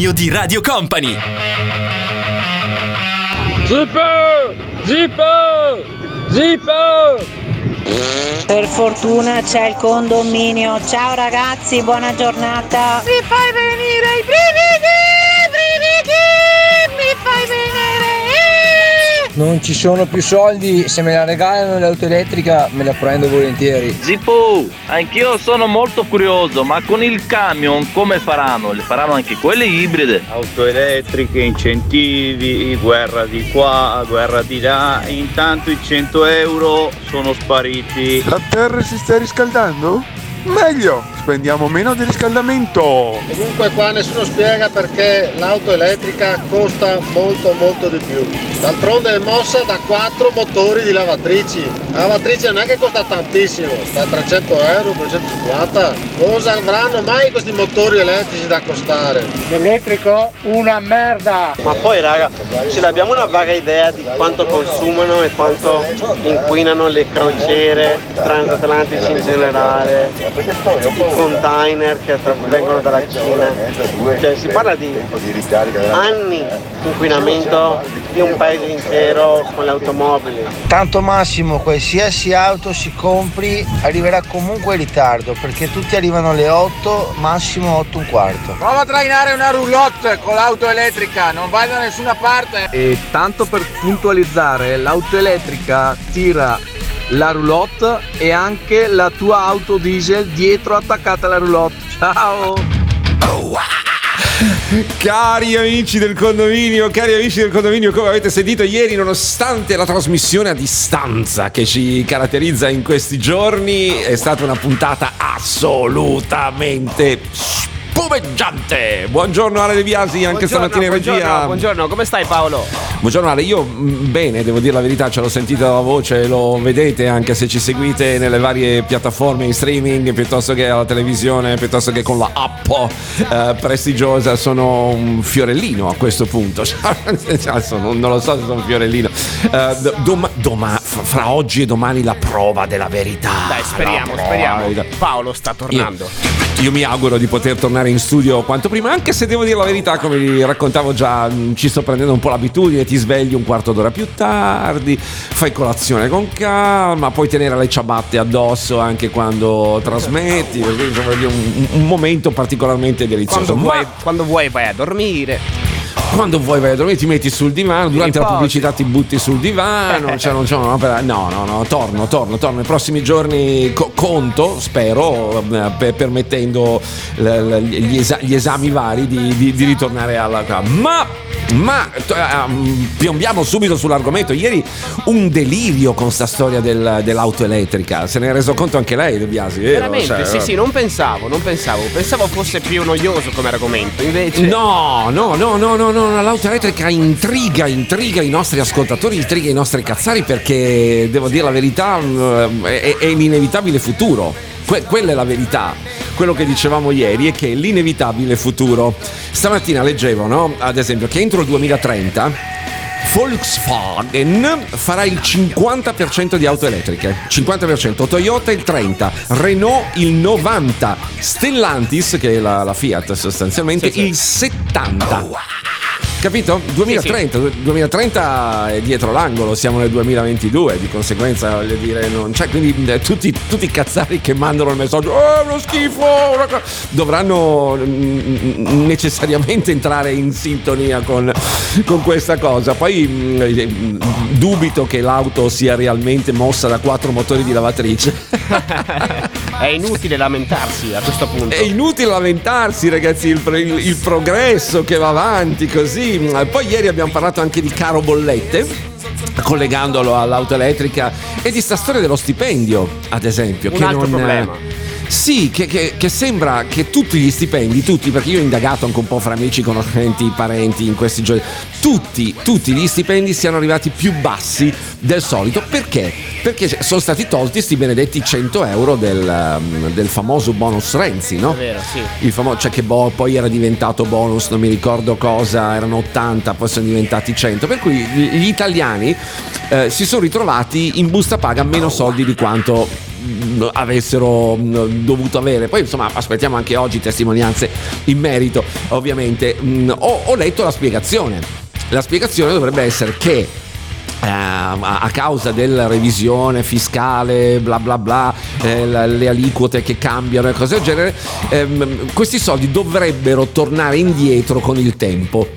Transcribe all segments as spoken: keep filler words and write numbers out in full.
condominio di Radio Company. Zippo! Zippo! Zippo! Per fortuna c'è il condominio. Ciao ragazzi, buona giornata. Mi fai venire i brividi, brividi, mi fai venire. Non ci sono più soldi, se me la regalano l'auto elettrica me la prendo volentieri. Zippo, anch'io sono molto curioso, ma con il camion come faranno? Le faranno anche quelle ibride? Auto elettriche, incentivi, guerra di qua, guerra di là, intanto i cento euro sono spariti. La terra si sta riscaldando? Meglio, spendiamo meno di riscaldamento. Comunque qua nessuno spiega perché l'auto elettrica costa molto molto di più. D'altronde è mossa da quattro motori di lavatrici. La lavatrice non è che costa tantissimo, sta trecento euro, trecentocinquanta. Cosa avranno mai questi motori elettrici da costare? L'elettrico? Una merda! Ma poi raga, ce l'abbiamo una vaga idea di quanto consumano e quanto inquinano le crociere transatlantici in generale, i container che vengono dalla Cina, cioè si parla di anni di inquinamento di un paese intero con le automobili. Tanto Massimo, qualsiasi auto si compri arriverà comunque in ritardo, perché tutti arrivano alle otto, massimo otto e un quarto. Prova a trainare una roulotte con l'auto elettrica, non vai da nessuna parte. E tanto per puntualizzare, l'auto elettrica tira la roulotte e anche la tua auto diesel dietro attaccata alla roulotte. Ciao! Oh, cari amici del condominio, cari amici del condominio, come avete sentito ieri, nonostante la trasmissione a distanza che ci caratterizza in questi giorni, è stata una puntata assolutamente spumeggiante. Buongiorno Ale De Biasi, anche buongiorno, stamattina in regia. Buongiorno, buongiorno, come stai Paolo? Buongiorno Ale, io mh, bene, devo dire la verità, ce l'ho sentita la voce, lo vedete anche se ci seguite nelle varie piattaforme in streaming, piuttosto che alla televisione, piuttosto che con la app eh, prestigiosa. Sono un fiorellino a questo punto. non, non lo so se sono un fiorellino. Eh, dom- doma- fra oggi e domani la prova della verità. Dai, speriamo, speriamo. Paolo sta tornando. Io, io mi auguro di poter tornare in studio quanto prima, anche se devo dire la verità, come vi raccontavo già, ci sto prendendo un po' l'abitudine. Ti svegli un quarto d'ora più tardi, fai colazione con calma, puoi tenere le ciabatte addosso anche quando trasmetti, perché è un, un momento particolarmente delizioso. Quando vuoi, Ma quando vuoi vai a dormire. quando vuoi vai a dormire, ti metti sul divano, durante la pubblicità ti butti sul divano, cioè non c'è una, no no no torno torno torno nei prossimi giorni, co- conto spero eh, permettendo l- l- gli, esa- gli esami vari di, di, di ritornare alla ma ma um, piombiamo subito sull'argomento. Ieri un delirio con sta storia del, dell'auto elettrica, se ne è reso conto anche lei De Biasi, vero? Veramente cioè, sì sì non pensavo non pensavo pensavo fosse più noioso come argomento, invece no no no no no no l'auto elettrica intriga intriga i nostri ascoltatori, intriga i nostri cazzari, perché devo dire la verità, è, è l'inevitabile futuro. Que- quella è la verità. Quello che dicevamo ieri è che è l'inevitabile futuro. Stamattina leggevo, no? Ad esempio, che entro il duemilatrenta Volkswagen farà il cinquanta per cento di auto elettriche, cinquanta per cento, Toyota il trenta per cento, Renault il novanta per cento, Stellantis, che è la, la Fiat sostanzialmente, sì, sì. il settanta per cento. Capito? duemilatrenta, sì, sì. duemilatrenta è dietro l'angolo, siamo nel duemilaventidue, di conseguenza voglio dire non c'è, quindi eh, tutti, tutti i cazzari che mandano il messaggio oh, uno schifo una co-", dovranno mm, necessariamente entrare in sintonia con, con questa cosa. Poi mm, dubito che l'auto sia realmente mossa da quattro motori di lavatrice. È inutile lamentarsi a questo punto. È inutile lamentarsi, ragazzi, il, il, il progresso che va avanti così. Poi ieri abbiamo parlato anche di caro bollette, collegandolo all'auto elettrica, e di sta storia dello stipendio, ad esempio. Un che altro non, problema. Sì, che, che, che sembra che tutti gli stipendi, tutti, perché io ho indagato anche un po' fra amici, conoscenti, parenti in questi giorni, tutti, tutti gli stipendi siano arrivati più bassi del solito. Perché? Perché sono stati tolti sti benedetti cento euro del, del famoso bonus Renzi, no? È vero, sì. Il famoso, cioè che boh, poi era diventato bonus, non mi ricordo cosa, erano ottanta, poi sono diventati cento, per cui gli italiani eh, si sono ritrovati in busta paga meno soldi di quanto avessero dovuto avere. Poi insomma aspettiamo anche oggi testimonianze in merito, ovviamente. Ho, ho letto la spiegazione. La spiegazione dovrebbe essere che eh, a causa della revisione fiscale, bla bla bla, eh, le aliquote che cambiano e cose del genere, ehm, questi soldi dovrebbero tornare indietro con il tempo.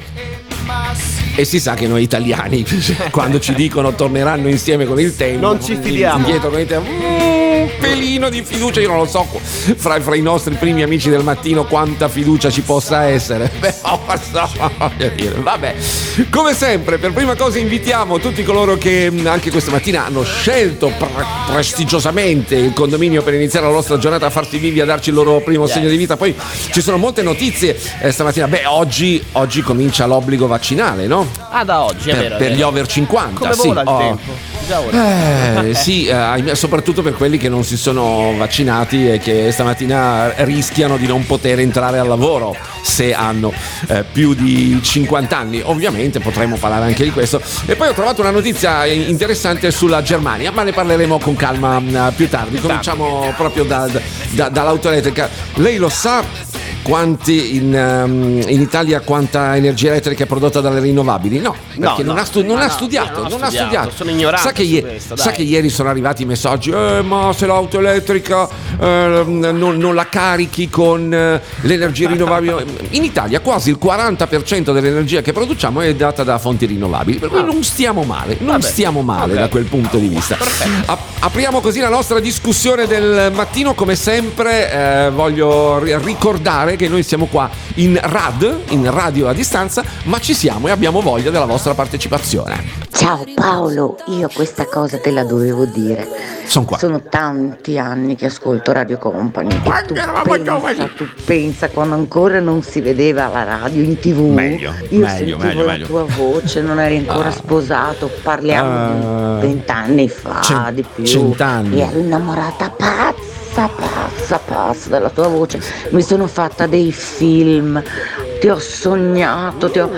E si sa che noi italiani, quando ci dicono torneranno insieme con il tempo, non ci fidiamo. Indietro con il tempo, un pelino di fiducia, io non lo so, fra, fra i nostri primi amici del mattino quanta fiducia ci possa essere. Beh, voglio dire, vabbè. Come sempre, per prima cosa invitiamo tutti coloro che anche questa mattina hanno scelto pre- prestigiosamente il condominio per iniziare la nostra giornata a farsi vivi, a darci il loro primo yes. segno di vita. Poi ci sono molte notizie eh, stamattina. Beh, oggi, oggi comincia l'obbligo vaccinale, no? Ah, da oggi, è per, vero, è per vero. gli over cinquanta. Come sì, vola il oh. tempo? Già ora. Eh, sì, eh, soprattutto per quelli che non si sono vaccinati e che stamattina rischiano di non poter entrare al lavoro se hanno eh, più di cinquanta anni. Ovviamente potremmo parlare anche di questo. E poi ho trovato una notizia interessante sulla Germania, ma ne parleremo con calma uh, più tardi. Cominciamo proprio da, da, dall'auto elettrica. Lei lo sa quanti in, um, in Italia quanta energia elettrica è prodotta dalle rinnovabili? No, perché no, non, ha, stu- non no, ha no, studiato, non, non ho ha studiato, studiato. Sono ignorante sa che, su ie- questo, sa che ieri sono arrivati i messaggi, eh, ma se l'auto elettrica eh, non, non la carichi con eh, l'energia rinnovabile. In Italia quasi il quaranta per cento dell'energia che produciamo è data da fonti rinnovabili, per cui non stiamo male, non Vabbè. stiamo male Vabbè. da quel punto di vista. A- apriamo così la nostra discussione del mattino. Come sempre eh, voglio ri- ricordare che noi siamo qua in R A D, in radio a distanza, ma ci siamo e abbiamo voglia della vostra partecipazione. Ciao Paolo, io questa cosa te la dovevo dire. Sono qua. Sono tanti anni che ascolto Radio Company. Tu pensa, tu pensa quando ancora non si vedeva la radio in tivù. Meglio, io meglio, sentivo meglio, la meglio. tua voce, non eri ancora Ah. sposato, parliamo Ah. di vent'anni fa, Cent- di più. cent'anni. E ero innamorata pazza, pazza, pazza della tua voce. Mi sono fatta dei film, ti ho sognato, ti ho...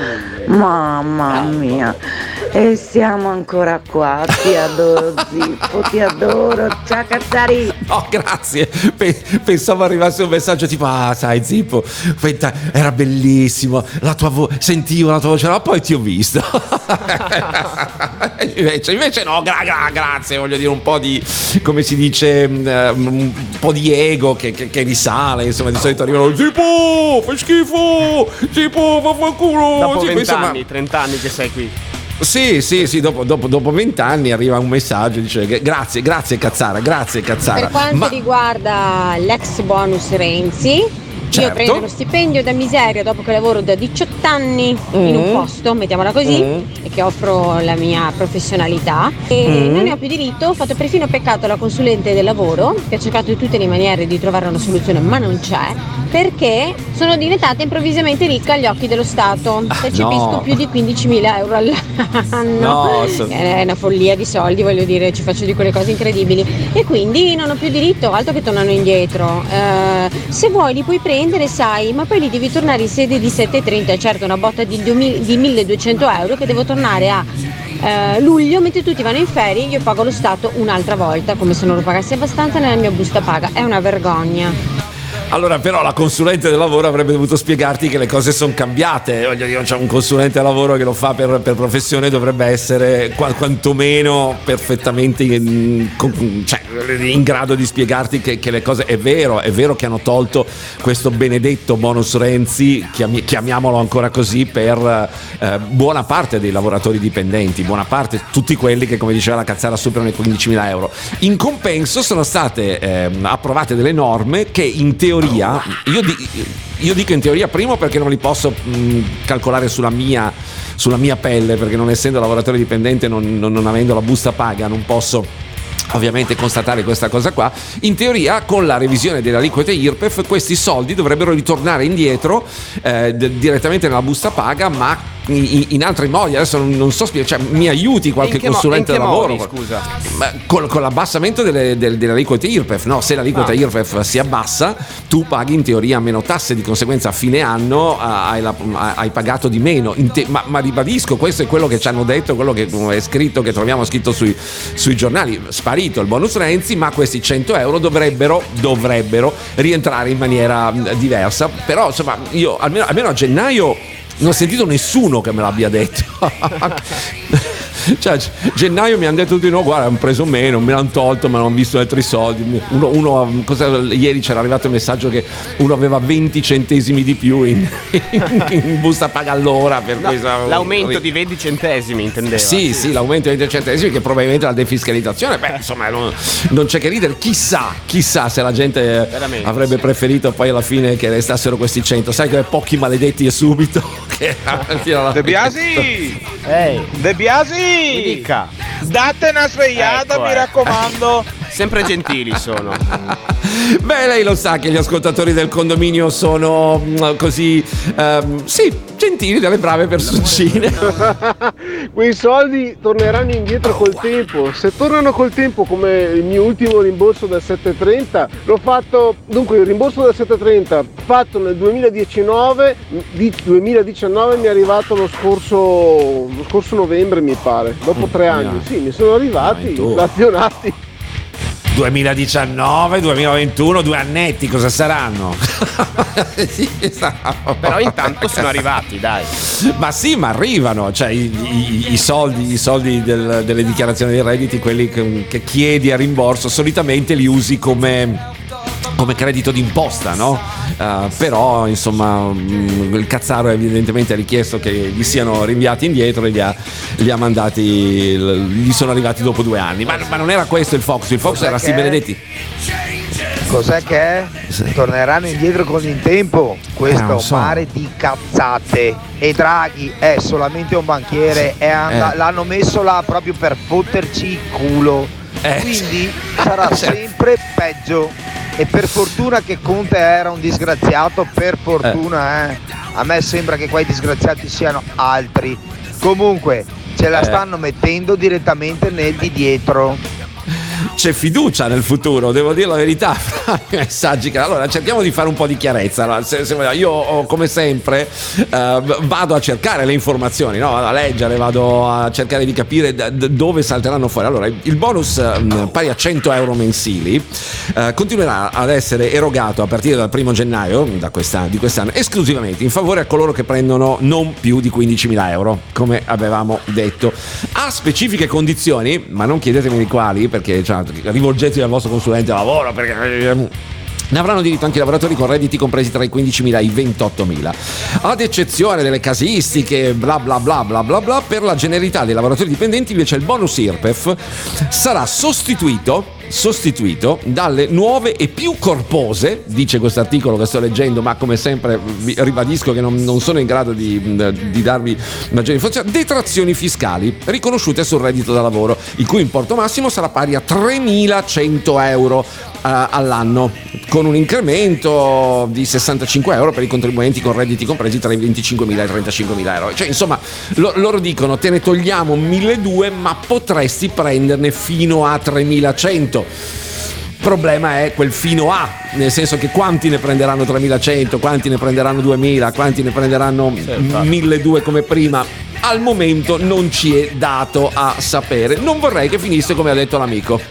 Mamma mia. E siamo ancora qua, ti adoro Zippo, ti adoro, ciao Cazzari! No, grazie. Pe- pensavo arrivasse un messaggio tipo, ah, sai Zippo, fenta- era bellissimo, la tua vo- sentivo la tua voce, ma poi ti ho visto. invece, invece no, gra- gra- grazie, voglio dire un po' di, come si dice, um, un po' di ego che, che, che risale, insomma, di solito arrivano, Zippo, fai schifo, Zippo, vaffanculo. Dopo Zippo, insomma, vent'anni, trent'anni che sei qui. Sì, sì, sì, dopo, dopo, dopo vent'anni arriva un messaggio, dice grazie, grazie Cazzara, grazie Cazzara. Per quanto Ma riguarda l'ex bonus Renzi, Certo. io prendo lo stipendio da miseria dopo che lavoro da diciotto anni in un Mm. posto, mettiamola così, Mm. e che offro la mia professionalità e Mm. non ne ho più diritto. Ho fatto perfino peccato alla consulente del lavoro che ha cercato di tutte le maniere di trovare una soluzione, ma non c'è, perché sono diventata improvvisamente ricca agli occhi dello Stato. Percepisco no. più di quindicimila euro all'anno. No, so- È una follia di soldi, voglio dire, ci faccio di quelle cose incredibili e quindi non ho più diritto, altro che tornano indietro. Eh, se vuoi li puoi prendere, sai, ma poi li devi tornare in sede di sette e trenta, certo una botta di, duemila di milleduecento euro che devo tornare a eh, luglio, mentre tutti vanno in ferie, io pago lo Stato un'altra volta, come se non lo pagassi abbastanza nella mia busta paga, è una vergogna. allora però la consulente del lavoro avrebbe dovuto spiegarti che le cose sono cambiate. Voglio dire, c'è un consulente del lavoro che lo fa per, per professione, dovrebbe essere qua- quantomeno perfettamente in, con- cioè, in grado di spiegarti che, che le cose, è vero, è vero che hanno tolto questo benedetto bonus Renzi, chiami- chiamiamolo ancora così, per eh, buona parte dei lavoratori dipendenti, buona parte, tutti quelli che, come diceva la Cazzara, superano i quindicimila euro. In compenso sono state eh, approvate delle norme che in teoria, io, di, io dico in teoria, primo perché non li posso mh, calcolare sulla mia, sulla mia pelle, perché non essendo lavoratore dipendente, non, non, non avendo la busta paga, non posso ovviamente constatare questa cosa qua. In teoria, con la revisione delle aliquote I R P E F, questi soldi dovrebbero ritornare indietro eh, d- direttamente nella busta paga, ma in, in altri modi. Adesso non, non so spiegare, cioè, mi aiuti qualche In che mo- consulente in che lavoro? modi, scusa? Ma con, con l'abbassamento delle, delle, delle aliquote I R P E F, no? Se l'aliquota Ah. I R P E F si abbassa, tu paghi in teoria meno tasse, di conseguenza a fine anno hai, la- hai pagato di meno. In te- ma, ma ribadisco, questo è quello che ci hanno detto, quello che è scritto, che troviamo scritto sui, sui giornali. Sparito il bonus Renzi, ma questi cento euro dovrebbero, dovrebbero rientrare in maniera mh, diversa. Però insomma, io almeno, almeno a gennaio non ho sentito nessuno che me l'abbia detto. Cioè, gennaio mi hanno detto tutti: no, guarda, hanno preso meno, me l'hanno tolto, ma non ho visto altri soldi. Uno, uno cosa, ieri c'era arrivato il messaggio che uno aveva venti centesimi di più in, in, in busta paga all'ora per No, questa, l'aumento di venti centesimi, intendeva. Sì, sì, l'aumento di venti centesimi, che probabilmente la defiscalizzazione, beh, insomma, non, non c'è che ridere. Chissà, chissà se la gente Veramente, avrebbe sì. preferito poi alla fine che restassero questi cento. Sai che pochi maledetti e subito che De Biasi! Ehi, De Biasi! mi dica. Date una svegliata, Ecco, mi eh. raccomando! Sempre gentili sono. Beh, lei lo sa che gli ascoltatori del condominio sono mm, così, ehm, sì, gentili, delle brave personcine. Quei soldi torneranno indietro col tempo. Se tornano col tempo, come il mio ultimo rimborso del settecentotrenta, l'ho fatto. Dunque, il rimborso del settecentotrenta fatto nel duemiladiciannove, di duemiladiciannove mi è arrivato lo scorso, lo scorso novembre, mi pare. Dopo tre anni, sì, mi sono arrivati Dai, tu. inflazionati. duemiladiciannove, duemilaventuno, due annetti, cosa saranno? Sì, esatto. Però intanto sono arrivati, dai. Ma sì, ma arrivano, cioè i, i- i soldi, i soldi del- delle dichiarazioni dei redditi, quelli che, che chiedi a rimborso, solitamente li usi come, come credito d'imposta, no? Eh, però insomma mh, il cazzaro evidentemente ha richiesto che gli siano rinviati indietro e li ha, li ha mandati, l- gli sono arrivati dopo due anni. Ma, ma non era questo il Fox, il Fox Cos'è era che sti è? benedetti. Cos'è che è? Torneranno indietro con il tempo. Questo Eh, è non un so. mare di cazzate. E Draghi è solamente un banchiere e and- Eh. l'hanno messo là proprio per fotterci il culo. Eh. Quindi sarà Certo. sempre peggio. E per fortuna che Conte era un disgraziato, per fortuna, eh. A me sembra che quei disgraziati siano altri. Comunque, ce la Eh. stanno mettendo direttamente nel di dietro. C'è fiducia nel futuro, devo dire la verità. I messaggi che allora cerchiamo di fare un po' di chiarezza. Allora, se- se vogliamo, io oh, come sempre eh, vado a cercare le informazioni, no? Vado a leggere, vado a cercare di capire da- da dove salteranno fuori. Allora, il bonus eh, pari a cento euro mensili eh, continuerà ad essere erogato a partire dal primo gennaio da questa- di quest'anno, esclusivamente in favore a coloro che prendono non più di quindicimila euro, come avevamo detto, a specifiche condizioni, ma non chiedetemi di quali, perché cioè, rivolgetevi al vostro consulente lavoro, perché ehm, ne avranno diritto anche i lavoratori con redditi compresi tra i quindicimila e i ventottomila, ad eccezione delle casistiche bla bla bla bla bla bla. Per la generalità dei lavoratori dipendenti invece il bonus I R P E F sarà sostituito sostituito dalle nuove e più corpose, dice questo articolo che sto leggendo, ma come sempre vi ribadisco che non, non sono in grado di, di darvi maggiori informazioni, detrazioni fiscali riconosciute sul reddito da lavoro, il cui importo massimo sarà pari a tremilacento euro eh, all'anno, con un incremento di sessantacinque euro per i contribuenti con redditi compresi tra i venticinquemila e i trentacinquemila euro. Cioè, insomma, lo- loro dicono: te ne togliamo milleduecento, ma potresti prenderne fino a tremilacento. Problema è quel fino a, nel senso che quanti ne prenderanno tremilacento, quanti ne prenderanno duemila, quanti ne prenderanno milleduecento come prima. Al momento non ci è dato a sapere. Non vorrei che finisse come ha detto l'amico.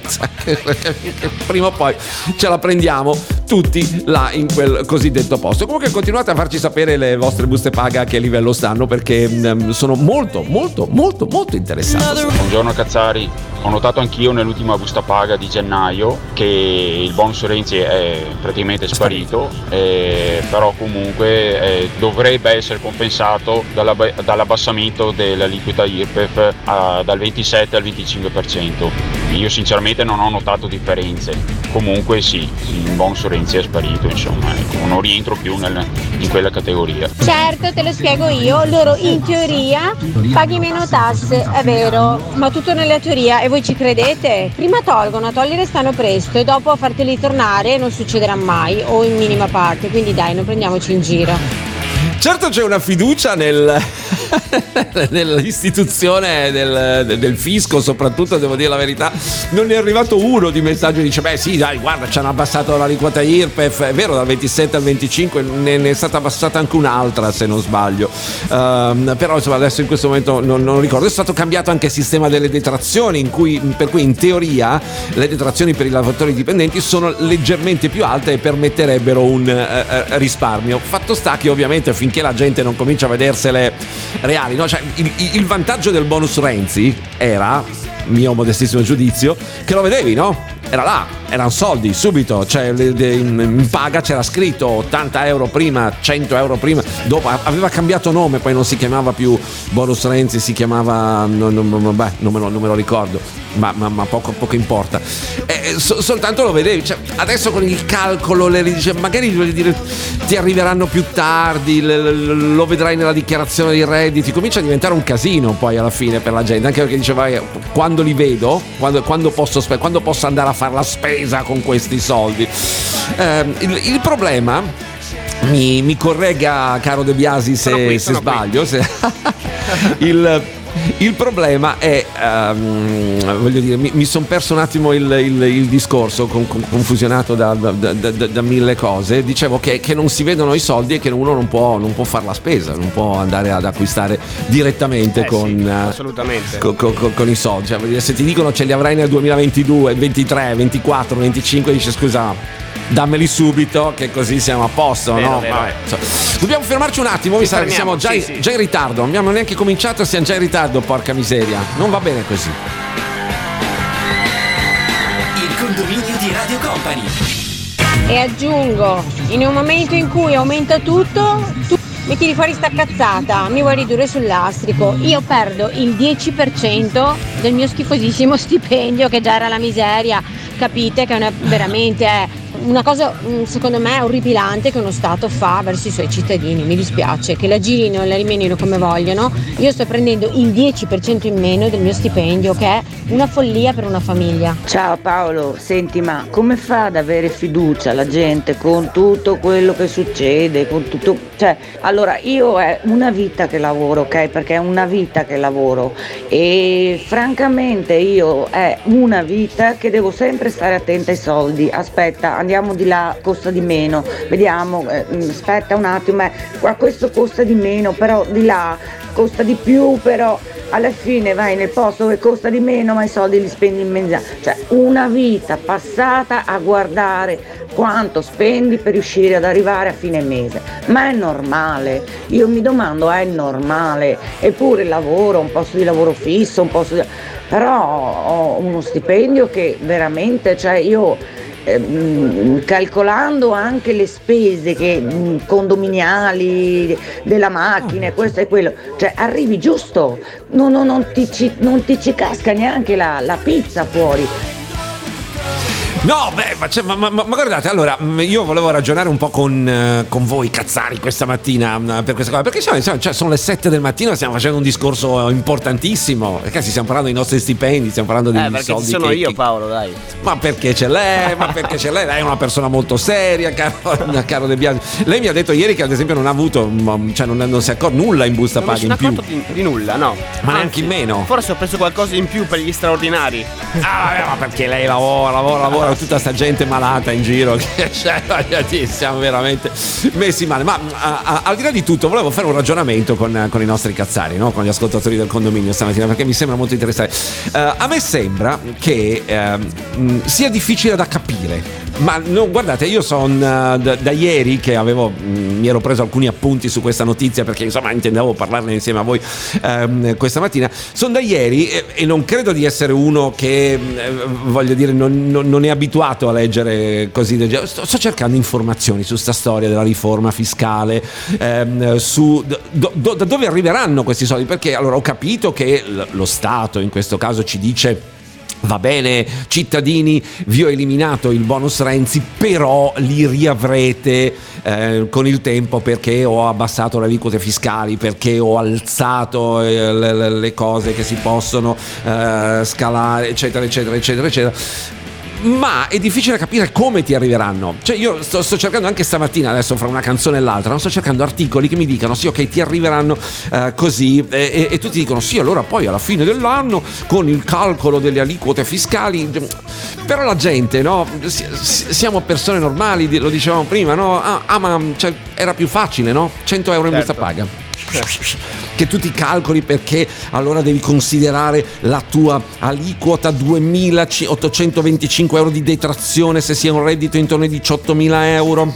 Prima o poi ce la prendiamo tutti là in quel cosiddetto posto. Comunque continuate a farci sapere le vostre buste paga a che livello stanno, perché mh, sono molto molto molto molto interessato. Buongiorno Cazzari, ho notato anch'io nell'ultima busta paga di gennaio che il bonus Renzi è praticamente sparito, eh, però comunque eh, dovrebbe essere compensato dalla, dall'abbassamento dell'aliquota I R P E F a, dal ventisette al venticinque per cento. Io sinceramente non ho notato differenze, comunque sì, il bonus Renzi è sparito, insomma, ecco, non rientro più nel, in quella categoria. Certo, te lo spiego io, loro in teoria paghi meno tasse, è vero, ma tutto nella teoria, e voi ci credete? Prima tolgono, a togliere stanno presto e dopo a farteli tornare non succederà mai o in minima parte, quindi dai, non prendiamoci in giro. Certo c'è una fiducia nel nell'istituzione del, del fisco, soprattutto, devo dire la verità, non ne è arrivato uno di messaggio che dice beh sì dai guarda ci hanno abbassato l'aliquota I R P E F, è vero, dal ventisette al venticinque, ne, ne è stata abbassata anche un'altra se non sbaglio, uh, però insomma adesso in questo momento non, non ricordo. È stato cambiato anche il sistema delle detrazioni, in cui, per cui in teoria le detrazioni per i lavoratori dipendenti sono leggermente più alte e permetterebbero un uh, risparmio. Fatto sta che ovviamente finché la gente non comincia a vedersele reali, no? Cioè, il, il vantaggio del bonus Renzi era, mio modestissimo giudizio, che lo vedevi, no? Era là, erano soldi subito, cioè in paga c'era scritto ottanta euro prima, cento euro prima, dopo aveva cambiato nome, poi non si chiamava più bonus Renzi, si chiamava no, no, beh, non, me lo, non me lo ricordo, ma, ma, ma poco, poco importa, e, so, soltanto lo vedevi, cioè, adesso con il calcolo le, dice, magari voglio dire, ti arriveranno più tardi, le, le, lo vedrai nella dichiarazione dei redditi, comincia a diventare un casino poi alla fine per la gente, anche perché diceva quando li vedo, quando, quando, posso, quando posso andare a fare la spesa con questi soldi. Eh, il, il problema, mi, mi corregga caro De Biasi se, qui, se sbaglio, se, il, il problema è, um, voglio dire, mi, mi sono perso un attimo il, il, il discorso, con, con, confusionato da, da, da, da, da mille cose. Dicevo che, che non si vedono i soldi e che uno non può, non può fare la spesa, non può andare ad acquistare direttamente eh con, sì, assolutamente. Con, con, con, con i soldi. Cioè, se ti dicono ce li avrai nel duemilaventidue, ventitré, ventiquattro, venticinque, dici scusa, dammeli subito che così siamo a posto, vero, no? Vero. Vabbè, insomma. Dobbiamo fermarci un attimo, mi sa che siamo già, sì, sì. già in ritardo, non abbiamo neanche cominciato e siamo già in ritardo, porca miseria, non va bene così. Il condominio di Radio Company. E aggiungo, in un momento in cui aumenta tutto, tu mi tiri fuori sta cazzata, mi vuoi ridurre sul lastrico, io perdo il dieci per cento del mio schifosissimo stipendio che già era la miseria, capite che è veramente è una cosa secondo me orripilante che uno Stato fa verso i suoi cittadini. Mi dispiace che la girino e la rimenino come vogliono, io sto prendendo il dieci per cento in meno del mio stipendio, che è una follia per una famiglia. Ciao Paolo, senti, ma come fa ad avere fiducia la gente con tutto quello che succede, con tutto, cioè, allora io è una vita che lavoro, ok, perché è una vita che lavoro e francamente io è una vita che devo sempre stare attenta ai soldi. Aspetta, andiamo di là, costa di meno, vediamo, eh, aspetta un attimo, eh, qua questo costa di meno, però di là costa di più, però alla fine vai nel posto dove costa di meno ma i soldi li spendi in mezzo, cioè una vita passata a guardare quanto spendi per riuscire ad arrivare a fine mese. Ma è normale? Io mi domando, è normale? Eppure lavoro, un posto di lavoro fisso, un posto di... però ho uno stipendio che veramente, cioè io eh, calcolando anche le spese che mh, condominiali della macchina, questo e quello, cioè arrivi giusto, no, no, non, ti ci, non ti ci casca neanche la, la pizza fuori. No, beh, ma, cioè, ma, ma, ma guardate, allora, io volevo ragionare un po' con, uh, con voi, cazzari, questa mattina uh, per questa cosa, perché cioè, cioè, sono le sette del mattino, stiamo facendo un discorso importantissimo, perché stiamo parlando dei nostri stipendi, stiamo parlando dei eh, perché soldi ci sono che, io, che... Paolo, dai. Ma perché c'è lei, ma perché c'è lei, lei è una persona molto seria, caro, caro De Biasi. Lei mi ha detto ieri che ad esempio non ha avuto, cioè non, non si è accorto nulla in busta paga in più. Di, di nulla, no. Ma Anzi, neanche in meno. Forse ho preso qualcosa in più per gli straordinari. Ah, vabbè, ma perché lei lavora, lavora, lavora, tutta sta gente malata in giro che cioè, siamo veramente messi male. Ma a, a, al di là di tutto volevo fare un ragionamento con, con i nostri cazzari, no? Con gli ascoltatori del condominio stamattina, perché mi sembra molto interessante. Uh, a me sembra che uh, sia difficile da capire. Ma no, guardate, io sono uh, da, da ieri che avevo mh, mi ero preso alcuni appunti su questa notizia, perché insomma intendevo parlarne insieme a voi um, questa mattina. Sono da ieri e, e non credo di essere uno che uh, voglio dire non, non, non è abituato a leggere così. Sto, sto cercando informazioni su sta storia della riforma fiscale, um, su do, do, da dove arriveranno questi soldi, perché allora ho capito che l- lo Stato in questo caso ci dice: va bene, cittadini, vi ho eliminato il bonus Renzi, però li riavrete eh, con il tempo, perché ho abbassato le aliquote fiscali, perché ho alzato eh, le, le cose che si possono eh, scalare, eccetera, eccetera, eccetera, eccetera. ma è difficile capire come ti arriveranno. Cioè io sto, sto cercando anche stamattina, adesso fra una canzone e l'altra, non sto cercando articoli che mi dicano sì, ok, ti arriveranno uh, così e, e, e tutti dicono sì, allora poi alla fine dell'anno con il calcolo delle aliquote fiscali. Però la gente, no, siamo persone normali, lo dicevamo prima, no? Ah, ah ma cioè, era più facile, no? cento euro in Certo. busta paga. Che tu ti calcoli, perché allora devi considerare la tua aliquota duemilaottocentoventicinque euro di detrazione se sia un reddito intorno ai diciottomila euro,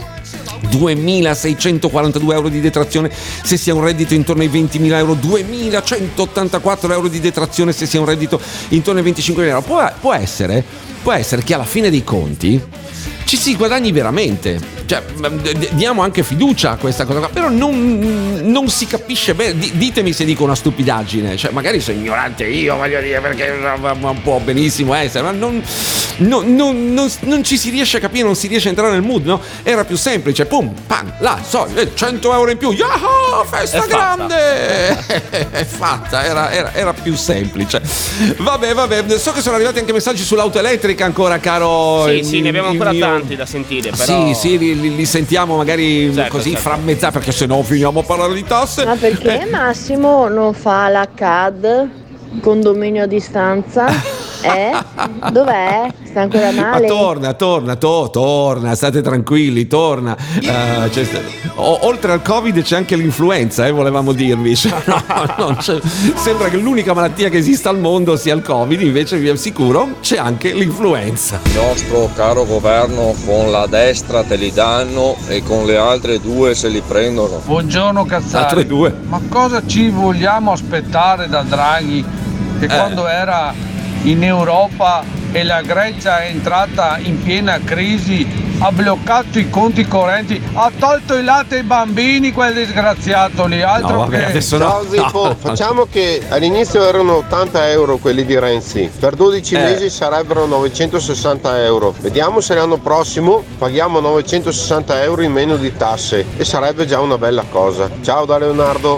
duemilaseicentoquarantadue euro di detrazione se sia un reddito intorno ai ventimila euro, duemilacentottantaquattro euro di detrazione se sia un reddito intorno ai venticinquemila euro. Può, può essere può essere che alla fine dei conti ci si guadagni veramente, cioè diamo anche fiducia a questa cosa qua, però non, non si capisce bene. Ditemi se dico una stupidaggine, cioè magari sono ignorante io, voglio dire, perché non può benissimo essere, ma non, non, non, non, non ci si riesce a capire, non si riesce a entrare nel mood, no? Era più semplice, pum, pam, là, so, cento euro in più, yahoo, festa È grande, è fatta, era, era, era più semplice. Vabbè, vabbè, so che sono arrivati anche messaggi sull'auto elettrica ancora, caro. Sì, sì, ne abbiamo ancora mio... tanti da sentire, però. Sì, sì, li, li, li sentiamo magari certo, così certo. frammezzati, perché se no finiamo a parlare di tasse. Ma perché Massimo non fa la C A D, condominio a distanza? Eh? Dov'è? Sta ancora male? Ma torna, torna, to, torna, state tranquilli, torna. Uh, c'è, o, oltre al Covid c'è anche l'influenza, eh, volevamo dirvi. Cioè, no, no, c'è, sembra che l'unica malattia che esista al mondo sia il Covid, invece vi assicuro c'è anche l'influenza. Il nostro caro governo con la destra te li danno e con le altre due se li prendono. Buongiorno Cazzari. Altre due. Ma cosa ci vogliamo aspettare da Draghi, che Eh. quando era in Europa e la Grecia è entrata in piena crisi ha bloccato i conti correnti, ha tolto il latte ai bambini, quel disgraziato lì, altro No, vabbè, che... adesso no. Ciao Zippo, No. facciamo che all'inizio erano ottanta euro quelli di Renzi, per dodici Eh. mesi sarebbero novecentosessanta euro. Vediamo se l'anno prossimo paghiamo novecentosessanta euro in meno di tasse e sarebbe già una bella cosa. Ciao da Leonardo.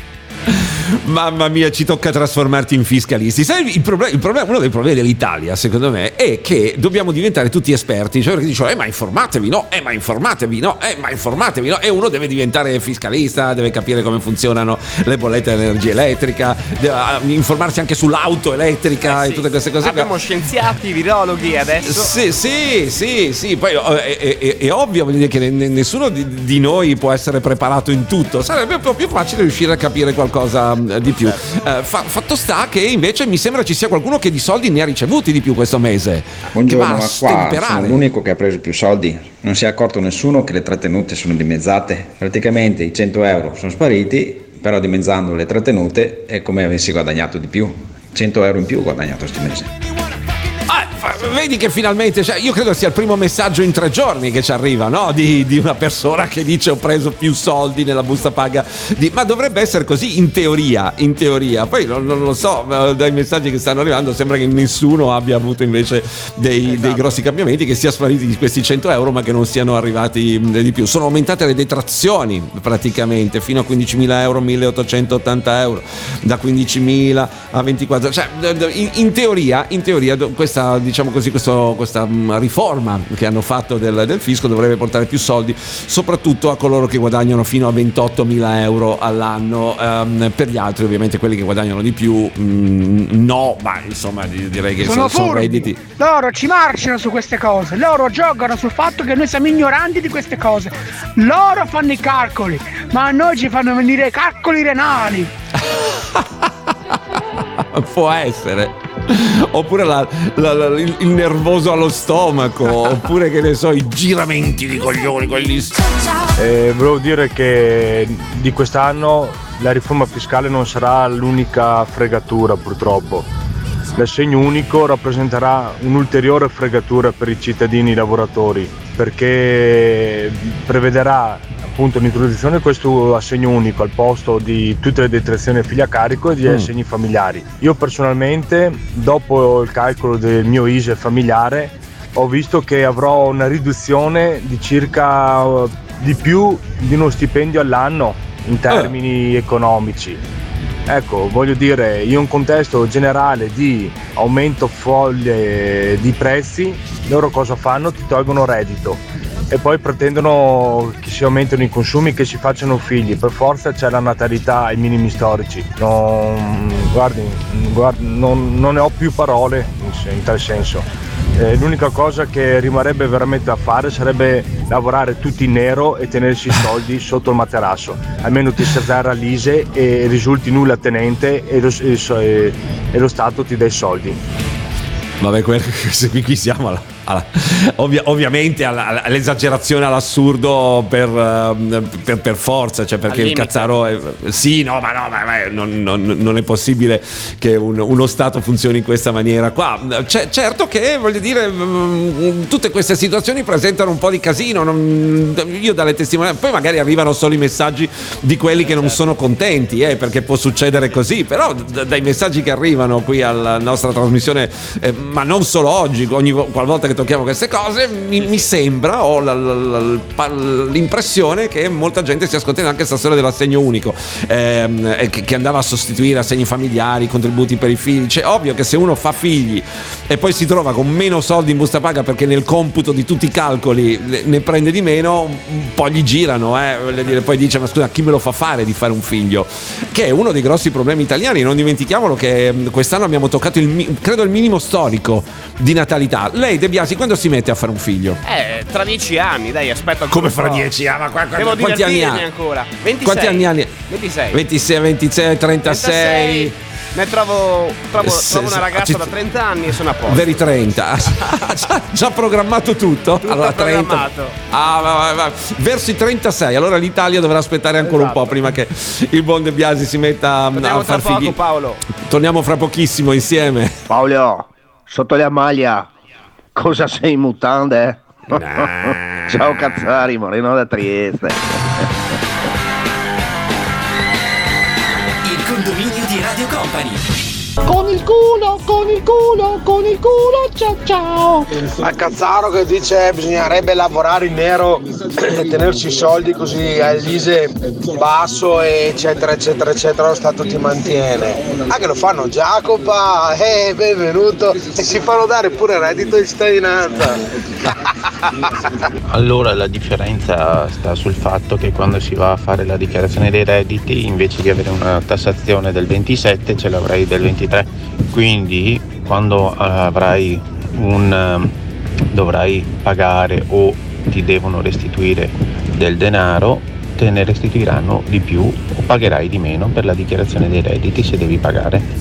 Mamma mia, ci tocca trasformarti in fiscalisti. Sai, il problema, il problema, uno dei problemi dell'Italia, secondo me, è che dobbiamo diventare tutti esperti. Cioè, perché dicono, eh, ma informatevi, no? Eh, ma informatevi, no? Eh, ma informatevi, no? E uno deve diventare fiscalista, deve capire come funzionano le bollette di energia elettrica, deve informarsi anche sull'auto elettrica Eh sì. e tutte queste cose. Abbiamo scienziati, virologhi adesso. Sì, sì, sì, sì. Poi è, è, è, è ovvio, voglio dire, che nessuno di, di noi può essere preparato in tutto. Sarebbe un po' più facile riuscire a capire qualcosa di più. Uh, fa, fatto sta che invece mi sembra ci sia qualcuno che di soldi ne ha ricevuti di più questo mese. Buongiorno, che va a ma qua stemperare. sono l'unico che ha preso più soldi. Non si è accorto nessuno che le trattenute sono dimezzate. Praticamente i cento euro sono spariti, però dimezzando le trattenute è come avessi guadagnato di più. cento euro in più ho guadagnato sti mesi. Vedi che finalmente, cioè, io credo sia il primo messaggio in tre giorni che ci arriva, no? Di, di una persona che dice ho preso più soldi nella busta paga di... ma dovrebbe essere così in teoria, in teoria. Poi non, non lo so, dai messaggi che stanno arrivando sembra che nessuno abbia avuto invece dei, esatto. dei grossi cambiamenti, che sia spariti di questi cento euro ma che non siano arrivati di più. Sono aumentate le detrazioni praticamente fino a quindicimila euro, milleottocentottanta euro, da quindicimila a ventiquattro, cioè in, in teoria, in teoria questa, diciamo così, questo, questa um, riforma che hanno fatto del, del fisco dovrebbe portare più soldi soprattutto a coloro che guadagnano fino a ventottomila euro all'anno. Um, per gli altri ovviamente, quelli che guadagnano di più, um, no, ma insomma direi che sono, sono, sono furbi. redditi. Loro ci marciano su queste cose, loro giocano sul fatto che noi siamo ignoranti di queste cose, loro fanno i calcoli, ma a noi ci fanno venire i calcoli renali. Può essere. Oppure la, la, la, il, il nervoso allo stomaco, oppure che ne so, i giramenti di coglioni, quelli. Eh, volevo dire che di quest'anno la riforma fiscale non sarà l'unica fregatura, purtroppo. L'assegno unico rappresenterà un'ulteriore fregatura per i cittadini lavoratori, perché prevederà appunto l'introduzione di questo assegno unico al posto di tutte le detrazioni figli a carico e di mm. assegni familiari. Io personalmente, dopo il calcolo del mio I S E E familiare, ho visto che avrò una riduzione di circa di più di uno stipendio all'anno in termini eh. economici. Ecco, voglio dire, in un contesto generale di aumento folle di prezzi, loro cosa fanno? Ti tolgono reddito e poi pretendono che si aumentino i consumi, che si facciano figli. Per forza c'è la natalità ai minimi storici. Non, guardi, guardi non, non ne ho più parole in, in tal senso. Eh, l'unica cosa che rimarrebbe veramente da fare sarebbe lavorare tutti in nero e tenersi i soldi sotto il materasso, almeno ti servirà l'I S E e risulti nulla tenente e lo, e, e lo Stato ti dà i soldi. Vabbè, qui, qui siamo alla, alla, ovvia, ovviamente alla, all'esagerazione, all'assurdo per, per, per forza, cioè perché il cazzaro è, sì, no, ma no, ma, ma non, non, non è possibile che un, uno Stato funzioni in questa maniera qua. C'è, certo che, voglio dire, tutte queste situazioni presentano un po' di casino, non, io dalle testimonianze, poi magari arrivano solo i messaggi di quelli che non sono contenti, eh, perché può succedere così, però dai messaggi che arrivano qui alla nostra trasmissione, eh, ma non solo oggi, ogni qualvolta che tocchiamo queste cose mi, mi sembra, ho la, la, la, l'impressione che molta gente stia ascoltando anche questa storia dell'assegno unico, ehm, che, che andava a sostituire assegni familiari, contributi per i figli. Cioè, ovvio che se uno fa figli e poi si trova con meno soldi in busta paga perché nel computo di tutti i calcoli ne prende di meno, un po' gli girano, eh, voglio dire, poi dice: ma scusa, chi me lo fa fare di fare un figlio? Che è uno dei grossi problemi italiani. Non dimentichiamolo che quest'anno abbiamo toccato il, credo il minimo storico di natalità. Lei, De Biasi, quando si mette a fare un figlio? Eh, tra dieci anni, dai, aspetta. Come fra dieci anni? Ma qua, qua, devo quanti anni ha? Ancora? ventisei. Quanti anni ha? ventisei. ventisei, ventisei, trentasei. trentasei. Ne trovo, trovo, S- trovo una ragazza c- da trenta anni e sono a posto. Veri trenta. Ha già, già programmato tutto? Tutto allora, programmato. Ah, va, va, va. Verso i trentasei. Allora l'Italia dovrà aspettare ancora esatto. un po' prima che il buon De Biasi si metta Torniamo a far tra figli. poco, Paolo. Torniamo fra pochissimo insieme. Paolo, sotto la maglia, cosa sei in mutande? Nah. Ciao Cazzari, Moreno da Trieste. Il condominio di Radio Company. Con il culo, con il culo, con il culo, ciao ciao. Ma Cazzaro che dice bisognerebbe lavorare in nero e tenerci i soldi così all'I S E basso eccetera eccetera eccetera, lo Stato ti mantiene. Ah, che lo fanno Giacopa, eh, benvenuto, e si fanno dare pure reddito di cittadinanza. Allora la differenza sta sul fatto che quando si va a fare la dichiarazione dei redditi, invece di avere una tassazione del ventisette ce l'avrai del ventitré, quindi quando avrai un dovrai pagare o ti devono restituire del denaro, te ne restituiranno di più o pagherai di meno per la dichiarazione dei redditi se devi pagare.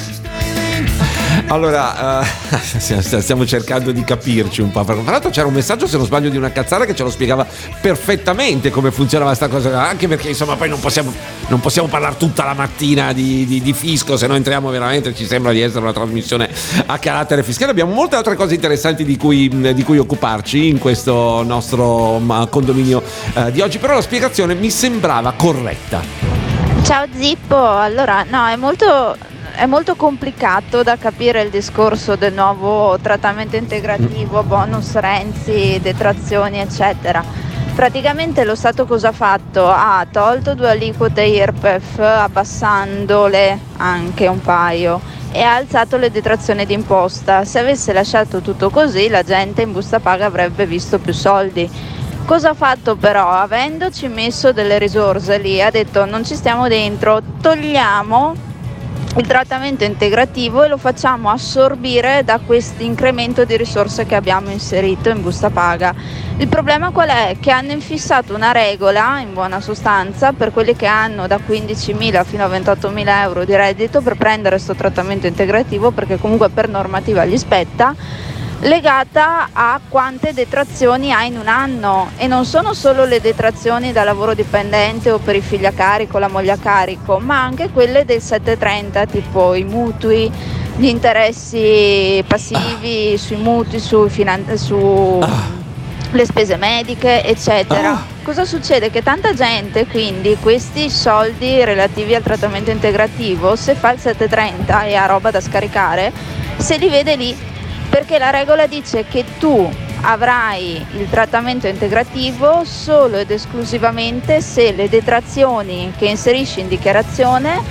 Allora, uh, stiamo cercando di capirci un po'. Tra l'altro c'era un messaggio, se non sbaglio, di una cazzara che ce lo spiegava perfettamente come funzionava sta cosa. Anche perché, insomma, poi non possiamo, non possiamo parlare tutta la mattina di, di, di fisco, se no entriamo veramente, ci sembra di essere una trasmissione a carattere fiscale. Abbiamo molte altre cose interessanti di cui, di cui occuparci in questo nostro condominio uh, di oggi, però la spiegazione mi sembrava corretta. Ciao Zippo, allora no, è molto... È molto complicato da capire il discorso del nuovo trattamento integrativo, bonus Renzi, detrazioni eccetera. Praticamente lo Stato cosa ha fatto? Ha tolto due aliquote I R P E F abbassandole anche un paio e ha alzato le detrazioni d'imposta. Se avesse lasciato tutto così la gente in busta paga avrebbe visto più soldi. Cosa ha fatto però? Avendoci messo delle risorse lì ha detto non ci stiamo dentro, togliamo il trattamento integrativo e lo facciamo assorbire da questo incremento di risorse che abbiamo inserito in busta paga. Il problema qual è? Che hanno infissato una regola, in buona sostanza, per quelli che hanno da quindicimila fino a ventottomila euro di reddito per prendere questo trattamento integrativo, perché comunque per normativa gli spetta, legata a quante detrazioni ha in un anno, e non sono solo le detrazioni da lavoro dipendente o per i figli a carico, la moglie a carico, ma anche quelle del settecentotrenta, tipo i mutui, gli interessi passivi sui mutui, sui finan- su le spese mediche eccetera. Cosa succede? Che tanta gente quindi questi soldi relativi al trattamento integrativo, se fa il settecentotrenta e ha roba da scaricare, se li vede lì, perché la regola dice che tu avrai il trattamento integrativo solo ed esclusivamente se le detrazioni che inserisci in dichiarazione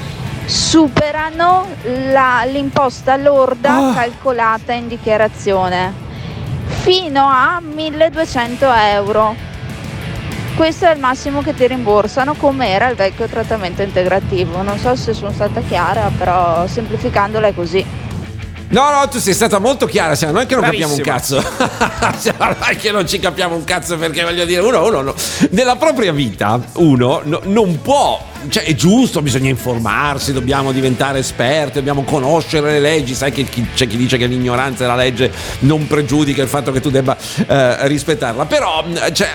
superano la- l'imposta lorda calcolata in dichiarazione fino a milleduecento euro. Questo è il massimo che ti rimborsano, come era il vecchio trattamento integrativo. Non so se sono stata chiara, però semplificandola è così. No, no, tu sei stata molto chiara, siamo noi che non Bravissima. capiamo un cazzo. Siamo noi che non ci capiamo un cazzo, perché voglio dire, uno, uno, no. Nella propria vita, uno no- non può, cioè è giusto, bisogna informarsi, dobbiamo diventare esperti, dobbiamo conoscere le leggi. Sai che chi- c'è chi dice che l'ignoranza della legge non pregiudica il fatto che tu debba eh, rispettarla. Però, cioè,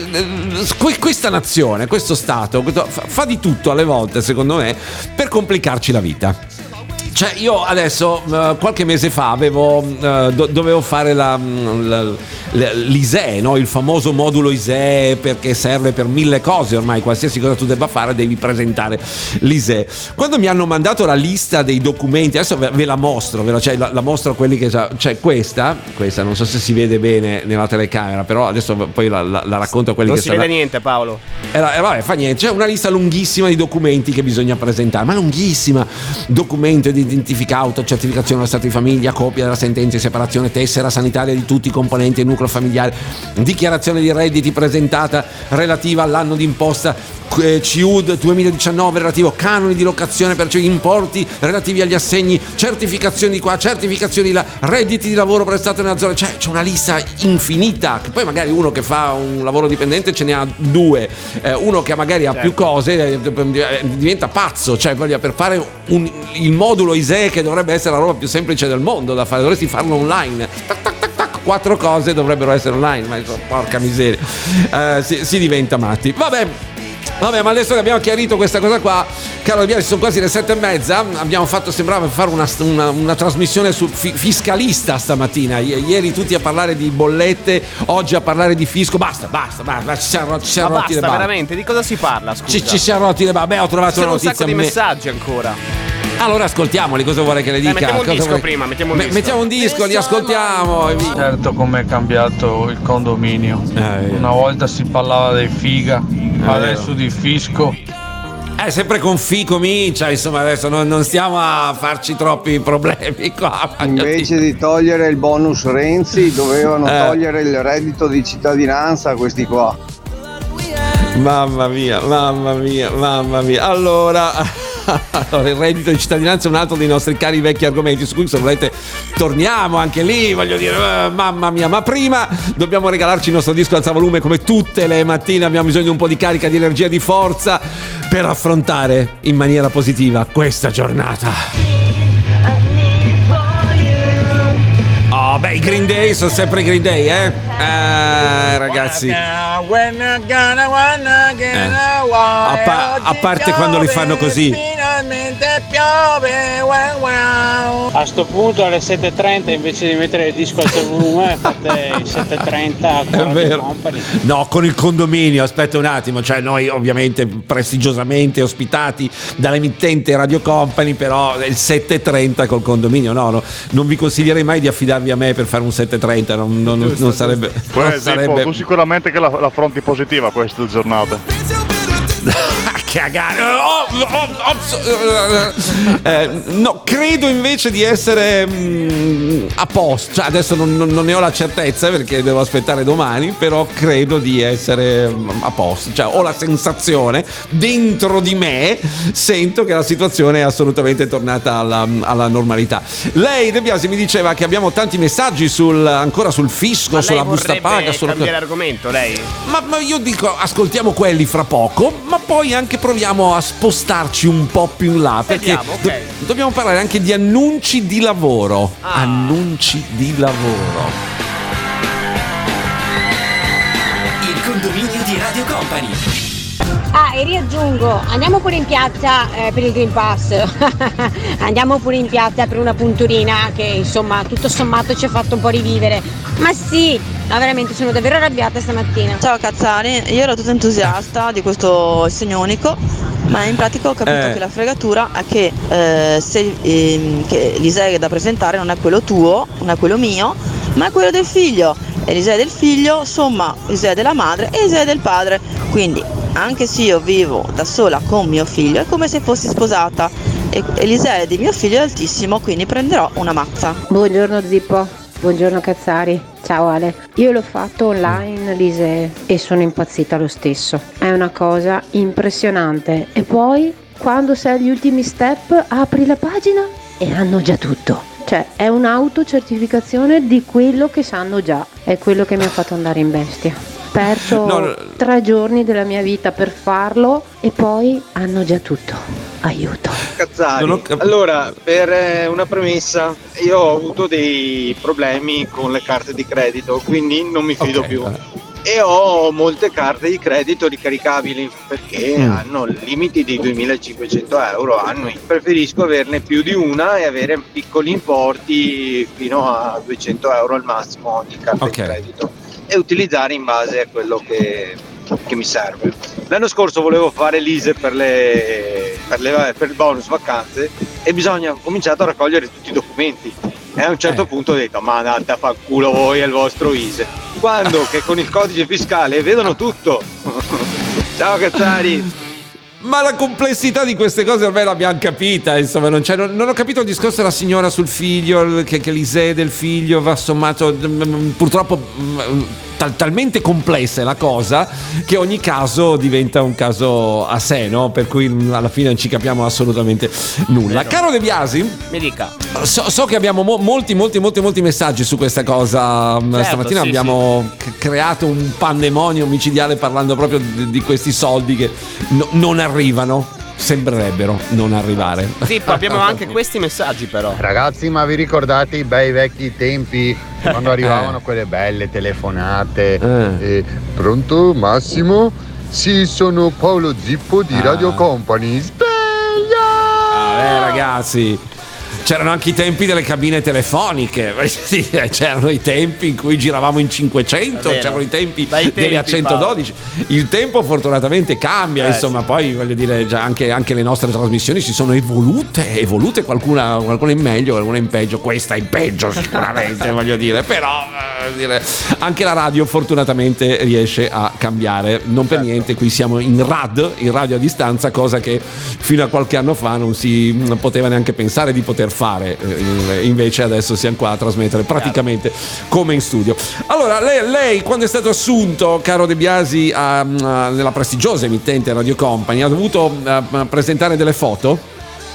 eh, que- questa nazione, questo Stato, questo- fa, fa di tutto alle volte, secondo me, per complicarci la vita. Cioè io adesso uh, qualche mese fa avevo uh, do- dovevo fare la, la, la, l'I S E E, no? Il famoso modulo I S E E, perché serve per mille cose ormai, qualsiasi cosa tu debba fare devi presentare l'I S E E. Quando mi hanno mandato la lista dei documenti, adesso ve, ve la mostro, ve la, cioè, la, la mostro a quelli che già, cioè questa, questa non so se si vede bene nella telecamera, però adesso poi la, la, la racconto a quelli Non che si stanno. vede niente, Paolo. Era, eh, vabbè, fa niente, c'è una lista lunghissima di documenti che bisogna presentare, ma lunghissima. Documento di identificato, certificazione dello stato di famiglia, copia della sentenza di separazione, tessera sanitaria di tutti i componenti del nucleo familiare, dichiarazione di redditi presentata relativa all'anno d'imposta eh, C U D duemiladiciannove relativo canoni di locazione per cioè importi relativi agli assegni, certificazioni di qua, certificazioni di là, redditi di lavoro prestato nella zona, cioè c'è una lista infinita, che poi magari uno che fa un lavoro dipendente ce ne ha due, eh, uno che magari ha più cose eh, diventa pazzo, cioè voglio per fare un, il modulo I S E E, che dovrebbe essere la roba più semplice del mondo da fare, dovresti farlo online. Tac, tac, tac, tac, quattro cose dovrebbero essere online, ma insomma, porca miseria, eh, si, si diventa matti. Vabbè. Vabbè, ma adesso che abbiamo chiarito questa cosa qua, caro Albiani, sono quasi le sette e mezza. Abbiamo fatto, sembrava fare una, una, una trasmissione su fi, fiscalista stamattina. I, ieri tutti a parlare di bollette, oggi a parlare di fisco. Basta, basta, basta, ci siamo, ci siamo Ma rotti basta, le balle. veramente? Di cosa si parla? Scusa. Ci, ci siamo rotti le balle. Beh, ho trovato C'era una un notizia. sacco di me- messaggi ancora. Allora ascoltiamoli, cosa vuole che le dica? Dai, mettiamo un Cosa disco vuole- prima, mettiamo un Me- disco. mettiamo un disco, li ascoltiamo. e via. Certo, come è cambiato il condominio. Eh, Una volta si parlava dei figa, adesso di fisco. Eh, sempre con fi comincia, insomma, adesso non, non stiamo a farci troppi problemi qua. Invece di togliere il bonus Renzi, dovevano Eh. togliere il reddito di cittadinanza a questi qua. Mamma mia, mamma mia, mamma mia. Allora, allora, il reddito di cittadinanza è un altro dei nostri cari vecchi argomenti su cui, se volete, torniamo anche lì, voglio dire, eh, mamma mia. Ma prima dobbiamo regalarci il nostro disco alzavolume, come tutte le mattine abbiamo bisogno di un po' di carica, di energia, di forza per affrontare in maniera positiva questa giornata. Oh, beh, i Green Day sono sempre i Green Day, eh? Eh, ragazzi. Eh. A, pa- a parte quando li fanno così. A sto punto alle sette e trenta, invece di mettere il disco al volume, fate il sette e trenta È con Radio vero. Company. No, con il condominio, aspetta un attimo, cioè noi ovviamente prestigiosamente ospitati dall'emittente Radio Company, però il sette e trenta col condominio, no, no, non vi consiglierei mai di affidarvi a me per fare un sette e trenta, non, non- non- non sarebbe... Poi, non tipo, sarebbe... tu sicuramente che la, la affronti positiva questa giornata. Cagare. Oh, oh, oh, eh, no, credo invece di essere mm, a posto. Cioè, adesso non, non- non ne ho la certezza perché devo aspettare domani, però credo di essere mm, a posto. Cioè, ho la sensazione dentro di me, sento che la situazione è assolutamente tornata alla, alla normalità. Lei, De Biasi, mi diceva che abbiamo tanti messaggi sul, ancora sul fisco, Ma sulla lei busta vorrebbe paga, sulla... cambiare argomento, lei? Ma, ma io dico, ascoltiamo quelli fra poco, ma poi anche proviamo a spostarci un po' più in là, perché Vediamo, ok. do- dobbiamo parlare anche di annunci di lavoro. Ah. Annunci di lavoro. Il condominio di Radio Company. Ah, e riaggiungo, andiamo pure in piazza eh, per il Green Pass. Andiamo pure in piazza per una punturina che insomma tutto sommato ci ha fatto un po' rivivere. Ma sì, ma veramente sono davvero arrabbiata stamattina. Ciao Cazzari, io ero tutta entusiasta di questo segno unico, ma in pratica ho capito Eh. che la fregatura è che, eh, se, ehm, che l'I S E E da presentare non è quello tuo, non è quello mio, ma è quello del figlio. E l'I S E E del figlio somma l'I S E E della madre e l'I S E E del padre. Quindi, anche se io vivo da sola con mio figlio, è come se fossi sposata. e, e l'I S E E di mio figlio è altissimo, quindi prenderò una mazza. Buongiorno Zippo, buongiorno Cazzari, ciao Ale. Io l'ho fatto online l'I S E E e sono impazzita lo stesso, è una cosa impressionante. E poi quando sei agli ultimi step apri la pagina e hanno già tutto, cioè è un'autocertificazione di quello che sanno già, è quello che mi ha fatto andare in bestia. Perso No, no. tre giorni della mia vita per farlo e poi hanno già tutto. Aiuto. Cazzari. Non ho cap- Allora, per eh, una premessa, io ho avuto dei problemi con le carte di credito, quindi non mi fido Ok, più. vabbè. E ho molte carte di credito ricaricabili perché Mm. hanno limiti di duemilacinquecento euro annui. Preferisco averne più di una e avere piccoli importi fino a duecento euro al massimo ogni carta Ok. di credito e utilizzare in base a quello che, che mi serve. L'anno scorso volevo fare l'I S E E per, le, per, le, per il bonus vacanze e bisogna ho cominciato a raccogliere tutti i documenti e a un certo Eh. punto ho detto ma andate a fanculo voi e il vostro I S E E, quando che con il codice fiscale vedono tutto. Ciao Cazzari. Ma la complessità di queste cose ormai l'abbiamo capita, insomma, non, c'è, non, non ho capito il discorso della signora sul figlio, che, che l'I S E E del figlio va sommato, mm, purtroppo mm, tal- talmente complessa è la cosa che ogni caso diventa un caso a sé, no? Per cui mm, alla fine non ci capiamo assolutamente nulla. Caro De Biasi, Mi dica. so, so che abbiamo mo- molti, molti, molti, molti messaggi su questa cosa. Certo, Stamattina sì, abbiamo c- creato un pandemonio micidiale parlando proprio di, di questi soldi che no- non arrivano, sembrerebbero non arrivare. Sì, poi abbiamo anche questi messaggi però. Ragazzi, ma vi ricordate i bei vecchi tempi quando arrivavano quelle belle telefonate? Eh. E, pronto Massimo? Sì, sono Paolo Zippo di Ah. Radio Company. Sveglia! Eh ragazzi, c'erano anche i tempi delle cabine telefoniche. Sì, c'erano i tempi in cui giravamo in cinquecento, È vero. c'erano i tempi Bei tempi, delle a centododici. Il tempo fortunatamente cambia, Eh, insomma, sì. poi voglio dire, già anche, anche le nostre trasmissioni si sono evolute, evolute qualcuna, qualcuna in meglio, qualcuna in peggio, questa in peggio sicuramente, voglio dire, però eh, dire, anche la radio fortunatamente riesce a cambiare. Non per niente qui siamo in R A D, in radio a distanza, cosa che fino a qualche anno fa non si mm, poteva neanche pensare di poter fare. Eh, invece adesso siamo qua a trasmettere praticamente come in studio. Allora, lei, lei quando è stato assunto, caro De Biasi, a- a- nella prestigiosa emittente Radio Company, ha dovuto eh, presentare delle foto?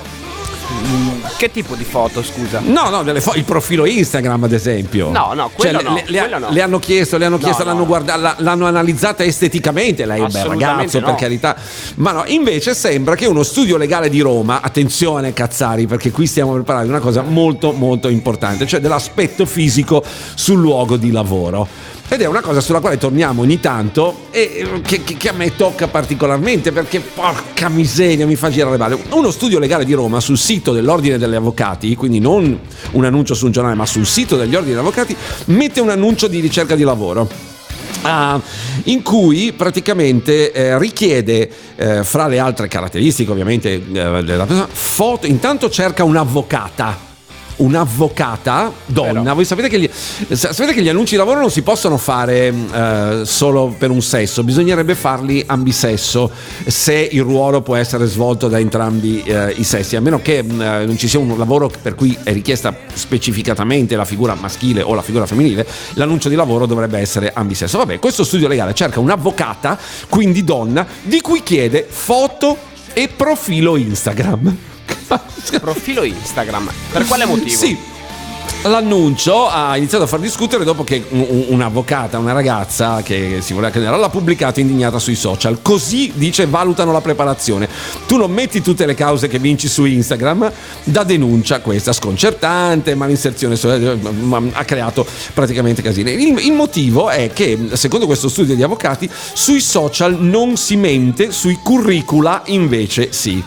Che tipo di foto, scusa? No, no, delle fo- il profilo Instagram ad esempio. No, no, quello Cioè, no, le, le- quello no. le hanno chiesto, le hanno chiesto, No, l'hanno no. guarda- la- l'hanno analizzata esteticamente. Lei è un bel Assolutamente ragazzo, no. per carità. Ma no, invece sembra che uno studio legale di Roma, attenzione Cazzari, perché qui stiamo per parlare di una cosa molto molto importante, cioè dell'aspetto fisico sul luogo di lavoro. Ed è una cosa sulla quale torniamo ogni tanto e eh, che, che- che a me tocca particolarmente, perché porca miseria mi fa girare male. Uno studio legale di Roma sul sito dell'Ordine degli Avvocati, quindi non un annuncio su un giornale ma sul sito degli Ordini degli Avvocati, mette un annuncio di ricerca di lavoro. Ah, in cui praticamente eh, richiede eh, fra le altre caratteristiche ovviamente eh, della persona, foto, intanto cerca un'avvocata un'avvocata donna. Vero. Voi sapete che, gli, sapete che gli annunci di lavoro non si possono fare eh, solo per un sesso, bisognerebbe farli ambisesso se il ruolo può essere svolto da entrambi eh, i sessi, a meno che mh, non ci sia un lavoro per cui è richiesta specificatamente la figura maschile o la figura femminile. L'annuncio di lavoro dovrebbe essere ambisesso. Vabbè, questo studio legale cerca un'avvocata, quindi donna, di cui chiede foto e profilo Instagram. Profilo Instagram. Per quale motivo? Sì. L'annuncio ha iniziato a far discutere dopo che un- un'avvocata, una ragazza che si voleva candidare, l'ha pubblicato indignata sui social. Così dice valutano la preparazione. Tu non metti tutte le cause che vinci su Instagram, da denuncia questa sconcertante, malinserzione so- ha creato praticamente casini. Il, il motivo è che secondo questo studio di avvocati sui social non si mente, sui curricula invece sì.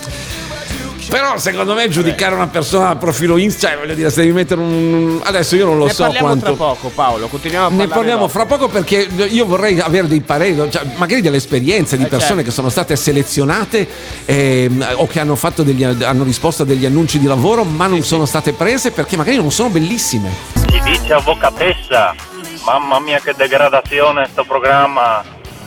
Però secondo me giudicare una persona a profilo Insta, cioè, voglio dire, se devi mettere un... Adesso io non lo ne so parliamo quanto... tra poco, Paolo, continuiamo a Ne parlare parliamo dopo. fra poco, perché io vorrei avere dei pareri, cioè, magari delle esperienze di Eh, persone certo. che sono state selezionate ehm, o che hanno fatto degli, hanno risposto a degli annunci di lavoro ma non sono state prese perché magari non sono bellissime. Gli dice avvocatessa, mamma mia che degradazione sto programma.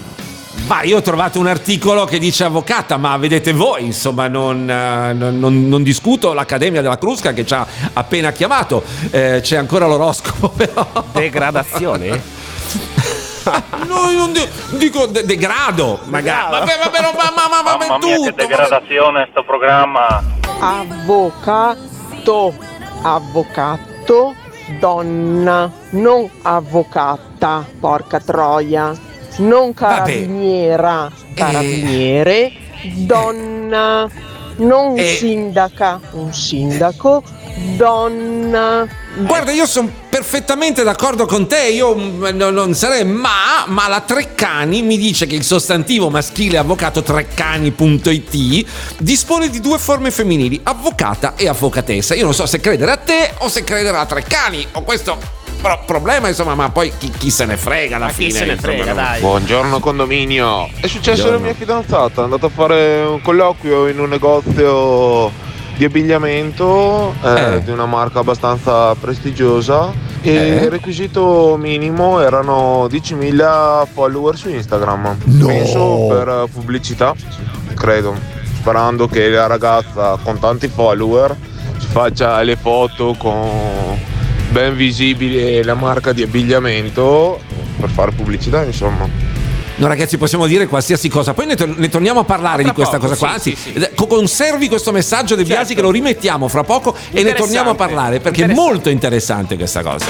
Ma io ho trovato un articolo che dice avvocata, ma vedete voi, insomma, non, eh, non, non, non discuto l'Accademia della Crusca che ci ha appena chiamato, eh, c'è ancora l'oroscopo però. Degradazione? No, non di- dico de- degrado, magari. Vabbè, vabbè, no, ma, ma, ma, ma, Mamma mia, tutto, che degradazione sto programma. Avvocato, avvocato, donna, non avvocata, porca troia, non carabiniera, carabiniere, donna, non Eh. sindaca, un sindaco, donna. Guarda, io sono perfettamente d'accordo con te, io mm, no- non sarei, ma, ma la Treccani mi dice che il sostantivo maschile avvocato treccani punto it dispone di due forme femminili, avvocata e avvocatessa. Io non so se credere a te o se credere a Treccani, ho questo pro- problema, insomma, ma poi chi, chi se ne frega alla Ma chi fine. se ne insomma, frega, no? dai. Buongiorno condominio. È successo alla Buongiorno. mia fidanzata, è andata a fare un colloquio in un negozio di abbigliamento eh, Eh. di una marca abbastanza prestigiosa e Eh. il requisito minimo erano diecimila follower su Instagram. No. Penso per pubblicità, credo, sperando che la ragazza con tanti follower ci faccia le foto con ben visibile la marca di abbigliamento per fare pubblicità, insomma. No, ragazzi, possiamo dire qualsiasi cosa. Poi ne, to- ne torniamo a parlare di questa poco, cosa qua. sì, Anzi, sì, sì. eh, co- conservi questo messaggio De Biasi, Certo. che lo rimettiamo fra poco e ne torniamo a parlare perché è Interessante. molto interessante questa cosa.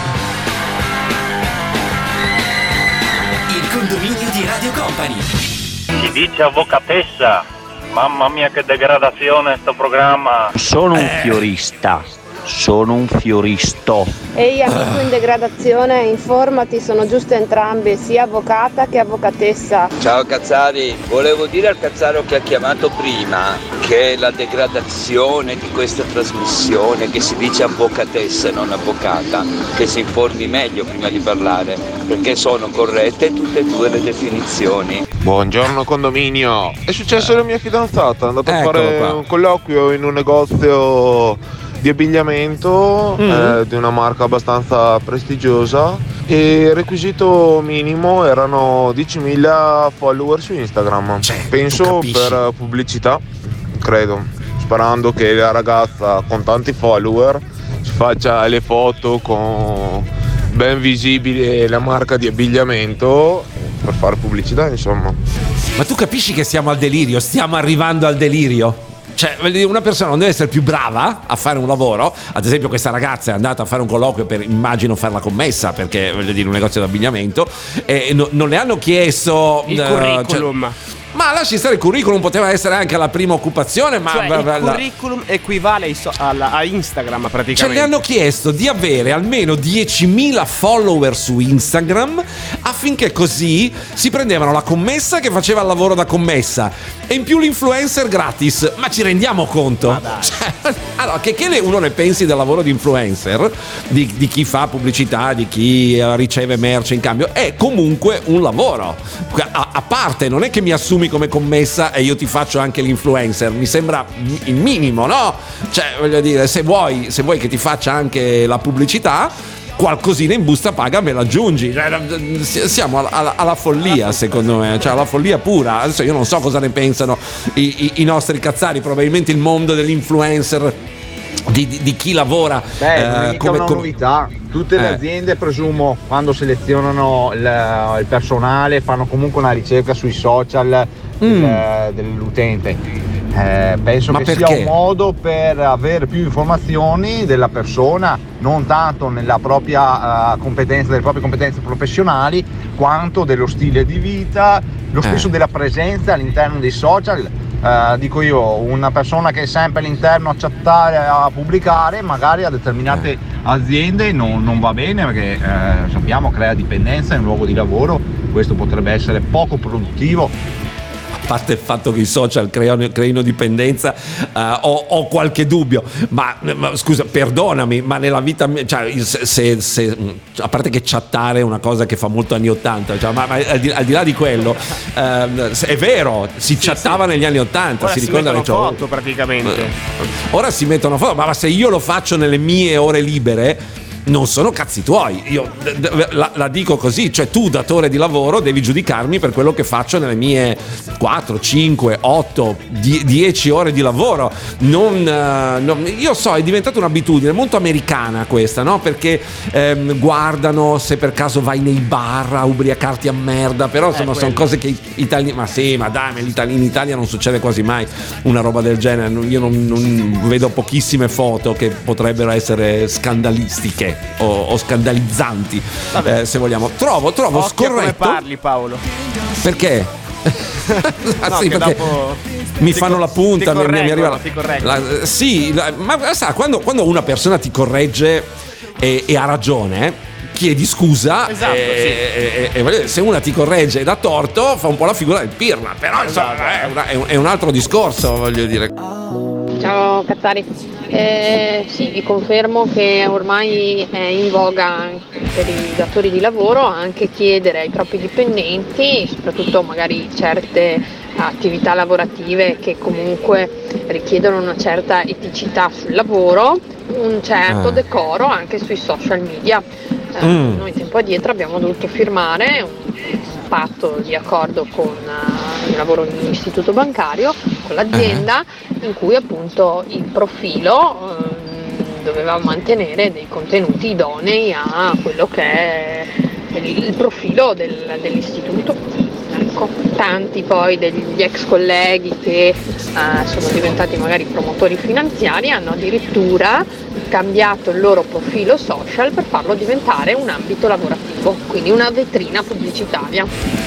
Il condominio di Radio Company. Si dice avvocatessa. Mamma mia, che degradazione sto programma. Sono un fiorista, sono un fioristo. Ehi amico in degradazione, informati, sono giuste entrambe, sia avvocata che avvocatessa. Ciao Cazzari, volevo dire al Cazzaro che ha chiamato prima che la degradazione di questa trasmissione, che si dice avvocatessa e non avvocata, che si informi meglio prima di parlare, perché sono corrette tutte e due le definizioni. Buongiorno condominio. È successo alla mia fidanzata, è andata a Eccolo fare qua. un colloquio in un negozio di abbigliamento Mm. eh, di una marca abbastanza prestigiosa e il requisito minimo erano diecimila follower su Instagram. Cioè, Penso tu capisci. per pubblicità, credo, sperando che la ragazza con tanti follower ci faccia le foto con ben visibile la marca di abbigliamento per fare pubblicità, insomma. Ma tu capisci che siamo al delirio? Stiamo arrivando al delirio? Cioè, voglio dire, una persona non deve essere più brava a fare un lavoro. Ad esempio, questa ragazza è andata a fare un colloquio per, immagino, fare la commessa, perché voglio dire, un negozio di abbigliamento, e no- non le hanno chiesto Il eh, curriculum. cioè- ma lasci stare il curriculum, poteva essere anche la prima occupazione, ma Cioè, ma- il ma- la- curriculum equivale ai so- alla- a Instagram praticamente. Cioè, le hanno chiesto di avere almeno diecimila follower su Instagram affinché così si prendevano la commessa che faceva il lavoro da commessa e in più l'influencer gratis. Ma ci rendiamo conto? Cioè, allora, che, che le- uno ne pensi del lavoro di influencer, di, di chi fa pubblicità, di chi eh, riceve merce in cambio, è comunque un lavoro. A, a parte, non è che mi assumi come commessa e io ti faccio anche l'influencer, mi sembra il minimo, no? Cioè, voglio dire, se vuoi, se vuoi che ti faccia anche la pubblicità, qualcosina in busta paga me l'aggiungi. Cioè, siamo alla, alla- alla follia, secondo me, cioè alla follia pura. Adesso io non so cosa ne pensano i, i- i nostri cazzari, probabilmente il mondo dell'influencer, di, di- di chi lavora Beh, eh, non è mica come, una come- novità. Tutte le Eh. aziende, presumo, quando selezionano il, il personale, fanno comunque una ricerca sui social del- Mm. dell'utente. Eh, penso Ma che perché? sia un modo per avere più informazioni della persona, non tanto nella propria eh, competenza, delle proprie competenze professionali, quanto dello stile di vita, lo stesso Eh. della presenza all'interno dei social. Eh, dico io, una persona che è sempre all'interno a chattare, a pubblicare, magari a determinate aziende non, non va bene, perché eh, sappiamo crea dipendenza in un luogo di lavoro, questo potrebbe essere poco produttivo. A parte il fatto che i social creano, creino dipendenza, eh, ho, ho qualche dubbio, ma, ma scusa, perdonami, ma nella vita mia, cioè, se, se- se- a parte che chattare è una cosa che fa molto anni ottanta, cioè, ma, ma al, di, al di là di quello, ehm, è vero, si chattava negli anni ottanta, Ora si si ricordano, mettono cioè, foto praticamente. ora si mettono foto, ma se io lo faccio nelle mie ore libere, non sono cazzi tuoi. Io d- d- la, la dico così, cioè tu datore di lavoro devi giudicarmi per quello che faccio nelle mie quattro, cinque, otto, dieci ore di lavoro. Non, uh, non io so, è diventata un'abitudine molto americana questa, no? Perché ehm, guardano se per caso vai nei bar a ubriacarti a merda, però insomma eh, sono cose che italiani, ma sì, ma dai, in Italia non succede quasi mai una roba del genere. Io non, non vedo pochissime foto che potrebbero essere scandalistiche O, o scandalizzanti, eh, se vogliamo. Trovo, trovo Occhio scorretto. come parli, Paolo. Perché? ah, no, sì, perché dopo mi fanno co- la punta, ti mi, mi arriva la, ti correggo. la, sì, la, ma sa, quando, quando una persona ti corregge e, e ha ragione, chiedi scusa. Esatto, e, sì. e, e, e se una ti corregge e dà torto, fa un po' la figura del pirla. Però esatto. insomma, è, una, è, un, è un altro discorso, voglio dire. Ciao Cazzari. Eh, sì, vi confermo che ormai è in voga per i datori di lavoro anche chiedere ai propri dipendenti, soprattutto magari certe attività lavorative che comunque richiedono una certa eticità sul lavoro, un certo ah. decoro anche sui social media. Eh, mm. Noi tempo addietro abbiamo dovuto firmare un patto di accordo con uh, il lavoro in un istituto bancario, con l'azienda, uh-huh. in cui appunto il profilo um, doveva mantenere dei contenuti idonei a quello che è il, il profilo del, dell'istituto. Ecco, tanti poi degli ex colleghi che uh, sono diventati magari promotori finanziari hanno addirittura cambiato il loro profilo social per farlo diventare un ambito lavorativo, quindi una vetrina pubblicitaria.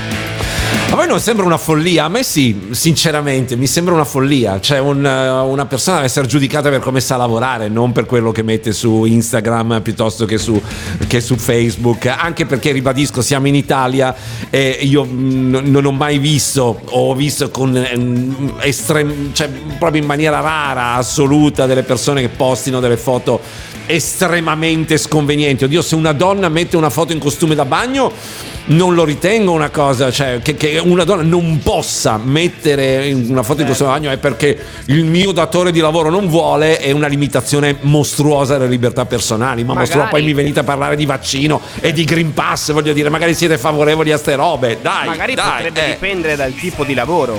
A voi non sembra una follia? A me sì, sinceramente, mi sembra una follia. Cioè un, una persona deve essere giudicata per come sa lavorare, non per quello che mette su Instagram piuttosto che su, che su Facebook. Anche perché, ribadisco, siamo in Italia e io n- non ho mai visto, o ho visto con um, estrem- cioè proprio in maniera rara, assoluta, delle persone che postino delle foto estremamente sconvenienti. Oddio, se una donna mette una foto in costume da bagno non lo ritengo una cosa, cioè che, che una donna non possa mettere una foto in costume da bagno è perché il mio datore di lavoro non vuole, è una limitazione mostruosa delle libertà personali. Ma mostruosa, poi mi venite a parlare di vaccino e di Green Pass, voglio dire, magari siete favorevoli a ste robe, dai. Magari dai, potrebbe eh. dipendere dal tipo di lavoro.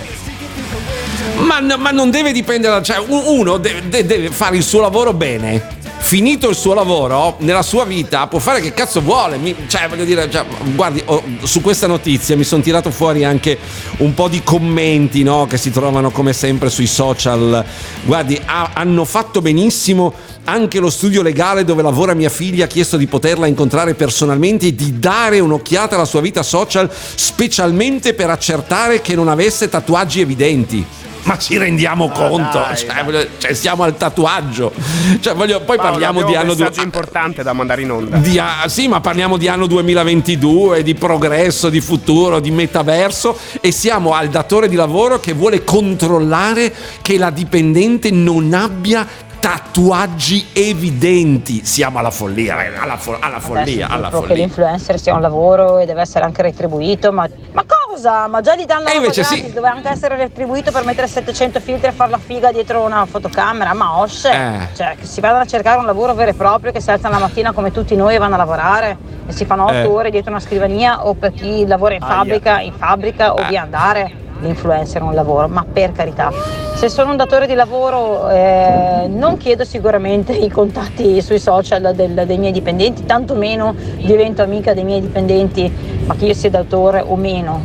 Ma, ma non deve dipendere da, cioè uno deve, deve fare il suo lavoro bene. Finito il suo lavoro, nella sua vita può fare che cazzo vuole. Mi, cioè, voglio dire, cioè, guardi, oh, su questa notizia mi sono tirato fuori anche un po' di commenti, no, che si trovano come sempre sui social. Guardi, ha, hanno fatto benissimo anche lo studio legale dove lavora mia figlia ha chiesto di poterla incontrare personalmente e di dare un'occhiata alla sua vita social, specialmente per accertare che non avesse tatuaggi evidenti. Ma ci rendiamo ah, conto? Dai, cioè, dai. Cioè, siamo al tatuaggio. Cioè, voglio, poi Paolo, parliamo di anno un messaggio du- importante da mandare in onda. Di, ah, sì, ma parliamo di anno duemilaventidue, di progresso, di futuro, di metaverso, e siamo al datore di lavoro che vuole controllare che la dipendente non abbia tatuaggi evidenti. Siamo alla follia, alla, fo- alla follia, alla follia. Che l'influencer sia un lavoro e deve essere anche retribuito, ma, ma cosa? Ma già gli danno una cosa gratis, sì. Deve anche essere retribuito per mettere settecento filtri e far la figa dietro una fotocamera, ma osce, eh. cioè che si vadano a cercare un lavoro vero e proprio, che si alzano la mattina come tutti noi e vanno a lavorare e si fanno otto eh. ore dietro una scrivania, o per chi lavora in Aia. fabbrica, in fabbrica o eh. via andare. L'influencer è un lavoro, ma per carità, se sono un datore di lavoro eh, non chiedo sicuramente i contatti sui social del, dei miei dipendenti, tantomeno divento amica dei miei dipendenti, ma che io sia datore o meno.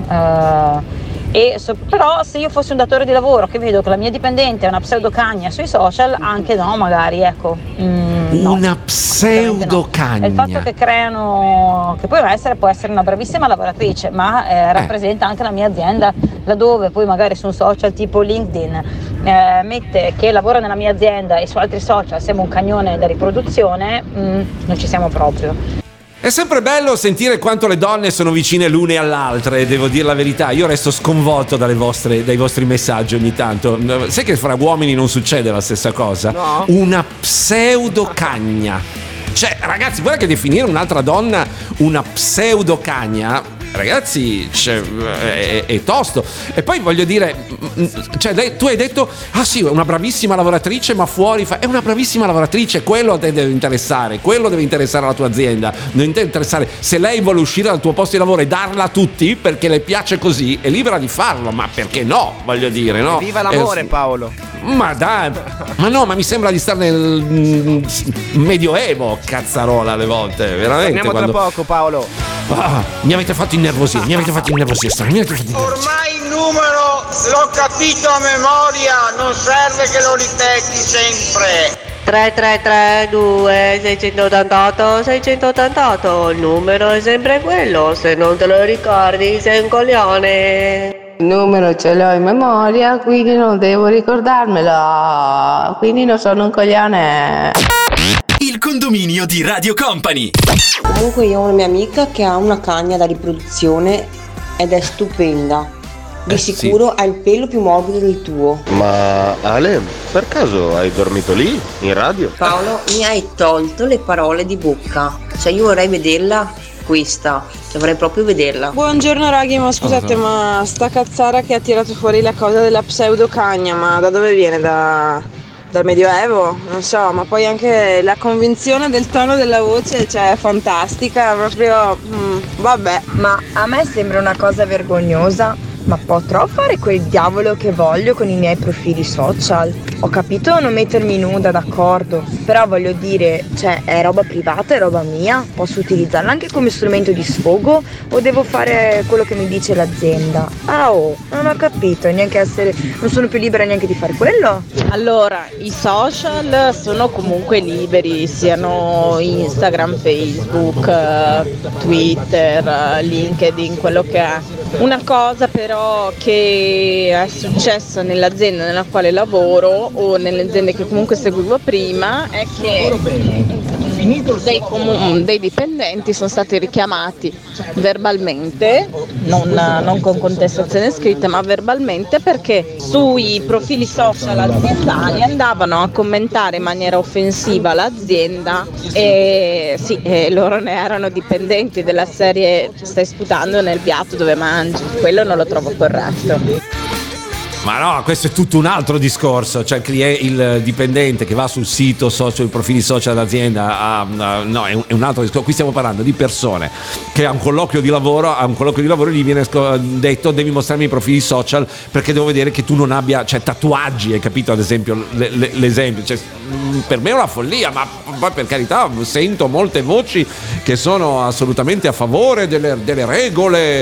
Eh, e so, però se io fossi un datore di lavoro che vedo che la mia dipendente è una pseudocagna sui social, anche no, magari, ecco. Mm, una no, pseudocagna. No. Il fatto che creano, che poi essere, può essere una bravissima lavoratrice, ma eh, rappresenta eh. anche la mia azienda, laddove poi magari su un social tipo LinkedIn eh, mette che lavora nella mia azienda e su altri social sembra un cagnone da riproduzione, mm, non ci siamo proprio. È sempre bello sentire quanto le donne sono vicine l'une all'altra, e devo dire la verità, io resto sconvolto dalle vostre, dai vostri messaggi ogni tanto. Sai che fra uomini non succede la stessa cosa? No. Una pseudocagna. Cioè, ragazzi, guarda che definire un'altra donna una pseudocagna ragazzi, cioè, è, è tosto. E poi voglio dire, cioè, lei, tu hai detto ah sì, è una bravissima lavoratrice, ma fuori fa... è una bravissima lavoratrice, quello a te deve interessare, quello deve interessare alla tua azienda, non deve interessare se lei vuole uscire dal tuo posto di lavoro e darla a tutti perché le piace così, è libera di farlo, ma perché no, voglio dire, no? Viva l'amore, eh, Paolo. Ma dai, ma no, ma mi sembra di stare nel mm, medioevo, cazzarola, alle volte, veramente. Torniamo quando... tra poco, Paolo. Ah, mi avete fatto innervosire, mi avete fatto innervosire, mi avete fatto innervosire. Ormai il numero l'ho capito a memoria, non serve che lo ripeti sempre. tre tre tre due sei ottantotto sei ottantotto, il numero è sempre quello, se non te lo ricordi sei un coglione. Il numero ce l'ho in memoria, quindi non devo ricordarmelo, quindi non sono un coglione. Il condominio di Radio Company. Comunque io ho una mia amica che ha una cagna da riproduzione ed è stupenda. Di Eh, sicuro ha il pelo più morbido del tuo. Ma Ale, per caso hai dormito lì, in radio? Paolo, mi hai tolto le parole di bocca. Cioè io vorrei vederla questa, dovrei proprio vederla. Buongiorno raghi, ma scusate, ma sta cazzara che ha tirato fuori la cosa della pseudocagna, ma da dove viene? Da... dal medioevo? Non so, ma poi anche la convinzione del tono della voce, cioè, è fantastica, proprio... Mm, vabbè. Ma a me sembra una cosa vergognosa, ma potrò fare quel diavolo che voglio con i miei profili social? Ho capito non mettermi nuda, d'accordo, però voglio dire, cioè, è roba privata, è roba mia, posso utilizzarla anche come strumento di sfogo o devo fare quello che mi dice l'azienda? Ah oh, non ho capito, neanche essere, non sono più libera neanche di fare quello? Allora, i social sono comunque liberi, siano Instagram, Facebook, eh, Twitter, eh, LinkedIn, quello che è. Una cosa però che è successa nell'azienda nella quale lavoro o nelle aziende che comunque seguivo prima è che dei, comu- dei dipendenti sono stati richiamati verbalmente, non, non con contestazione scritta ma verbalmente, perché sui profili social aziendali andavano a commentare in maniera offensiva l'azienda e sì, e loro ne erano dipendenti, della serie stai sputando nel piatto dove mangi, quello non lo trovo corretto. Ma no, questo è tutto un altro discorso, cioè il, cliente, il dipendente che va sul sito, so, sui profili social dell'azienda, ha, ha, no, è un, è un altro discorso. Qui stiamo parlando di persone che ha un colloquio di lavoro, a un colloquio di lavoro gli viene detto devi mostrarmi i profili social perché devo vedere che tu non abbia, cioè, tatuaggi, hai capito, ad esempio, le, le, l'esempio, cioè, per me è una follia, ma poi per carità sento molte voci che sono assolutamente a favore delle, delle regole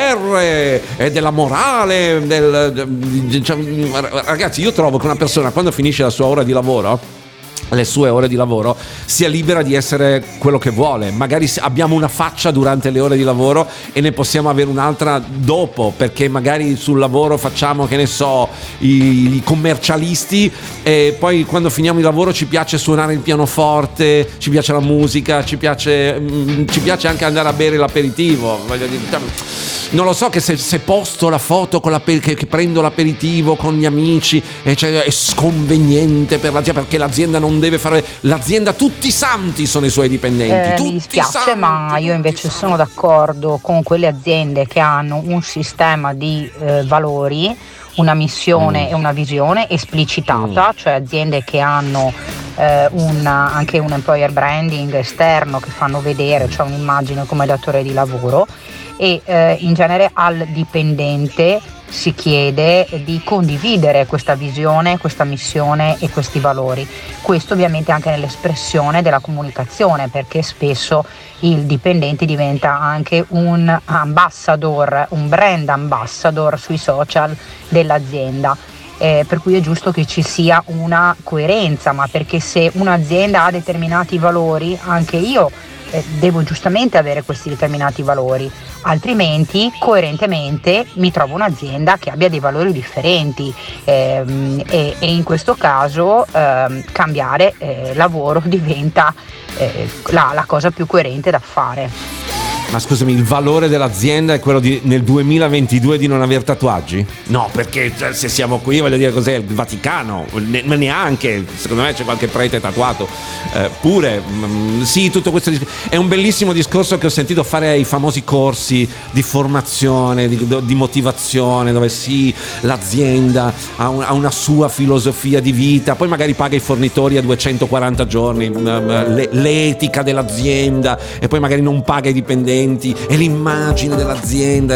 ferree e della morale, del, cioè, ragazzi, io trovo che una persona quando finisce la sua ora di lavoro, le sue ore di lavoro, sia libera di essere quello che vuole. Magari abbiamo una faccia durante le ore di lavoro e ne possiamo avere un'altra dopo, perché magari sul lavoro facciamo, che ne so, i, i commercialisti e poi quando finiamo il lavoro ci piace suonare il pianoforte, ci piace la musica, ci piace, mh, ci piace anche andare a bere l'aperitivo. Voglio dire, non lo so, che se, se posto la foto con la, che, che prendo l'aperitivo con gli amici e cioè, è sconveniente per l'azienda, perché l'azienda non deve fare, l'azienda, tutti i santi sono i suoi dipendenti, Eh, tutti mi dispiace, santi. ma io invece sono d'accordo con quelle aziende che hanno un sistema di eh, valori, una missione Mm. e una visione esplicitata, cioè aziende che hanno eh, una- anche un employer branding esterno che fanno vedere, cioè un'immagine come datore di lavoro, e eh, in genere al dipendente si chiede di condividere questa visione, questa missione e questi valori. Questo ovviamente anche nell'espressione della comunicazione, perché spesso il dipendente diventa anche un ambassador, un brand ambassador sui social dell'azienda. Eh, per cui è giusto che ci sia una coerenza, ma perché se un'azienda ha determinati valori, anche io eh, devo giustamente avere questi determinati valori, altrimenti coerentemente mi trovo un'azienda che abbia dei valori differenti ehm, e, e in questo caso ehm, cambiare eh, lavoro diventa eh, la, la cosa più coerente da fare. Ma scusami, il valore dell'azienda è quello di nel duemilaventidue di non aver tatuaggi? No, perché se siamo qui, voglio dire, cos'è? Il Vaticano? Ne, ma neanche, secondo me c'è qualche prete tatuato. Eh, pure, mh, sì, tutto questo è un bellissimo discorso che ho sentito fare ai famosi corsi di formazione, di, di motivazione, dove sì, l'azienda ha, un, ha una sua filosofia di vita, poi magari paga i fornitori a duecentoquaranta giorni, mh, l'etica dell'azienda, e poi magari non paga i dipendenti, e l'immagine dell'azienda.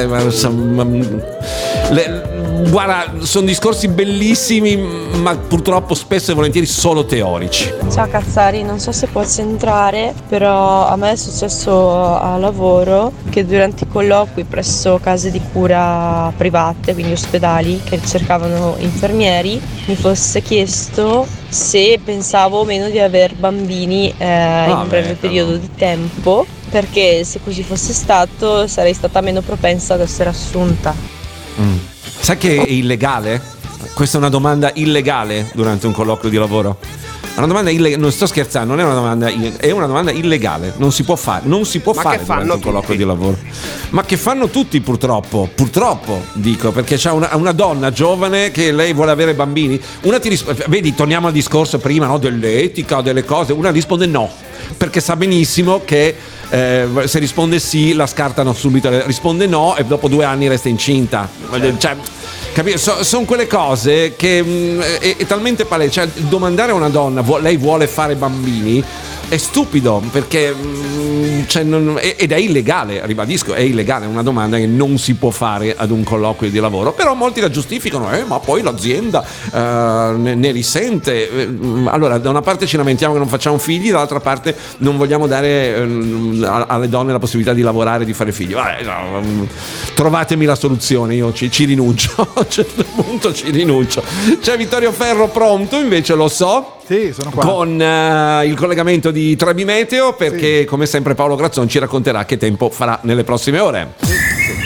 Le, guarda, sono discorsi bellissimi, ma purtroppo spesso e volentieri solo teorici. Ciao Cazzari, non so se può centrare, però a me è successo a lavoro che durante i colloqui presso case di cura private, quindi ospedali che cercavano infermieri, mi fosse chiesto se pensavo o meno di aver bambini eh, ah, in un breve beh, periodo no. di tempo, perché se così fosse stato sarei stata meno propensa ad essere assunta. Mm. Sai che è illegale? Questa è una domanda illegale durante un colloquio di lavoro. È una domanda illegale, non sto scherzando, non è una domanda illegale, è una domanda illegale, non si può fare, non si può Ma fare che durante fanno un colloquio tutti? di lavoro. Ma che fanno tutti purtroppo, purtroppo dico, perché c'è una, una donna giovane che lei vuole avere bambini, una ti risponde, vedi, torniamo al discorso prima, no, dell'etica, delle cose, una risponde no, perché sa benissimo che eh, se risponde sì la scartano subito, risponde no e dopo due anni resta incinta. Cioè, capito? So, sono quelle cose che mh, è, è talmente palese, cioè domandare a una donna vu- lei vuole fare bambini è stupido, perché mh, cioè, non, è, ed è illegale, ribadisco, è illegale, è una domanda che non si può fare ad un colloquio di lavoro, però molti la giustificano, eh, ma poi l'azienda eh, ne, ne risente. Allora, da una parte ci lamentiamo che non facciamo figli, dall'altra parte non vogliamo dare eh, alle donne la possibilità di lavorare, di fare figli. Vabbè, no, trovatemi la soluzione, io ci, ci rinuncio, a un certo punto ci rinuncio. C'è Vittorio Ferro pronto, invece lo so. Sì, sono qua. Con uh, il collegamento di Trebi Meteo, perché sì. come sempre Paolo Grazzon ci racconterà che tempo farà nelle prossime ore. Sì,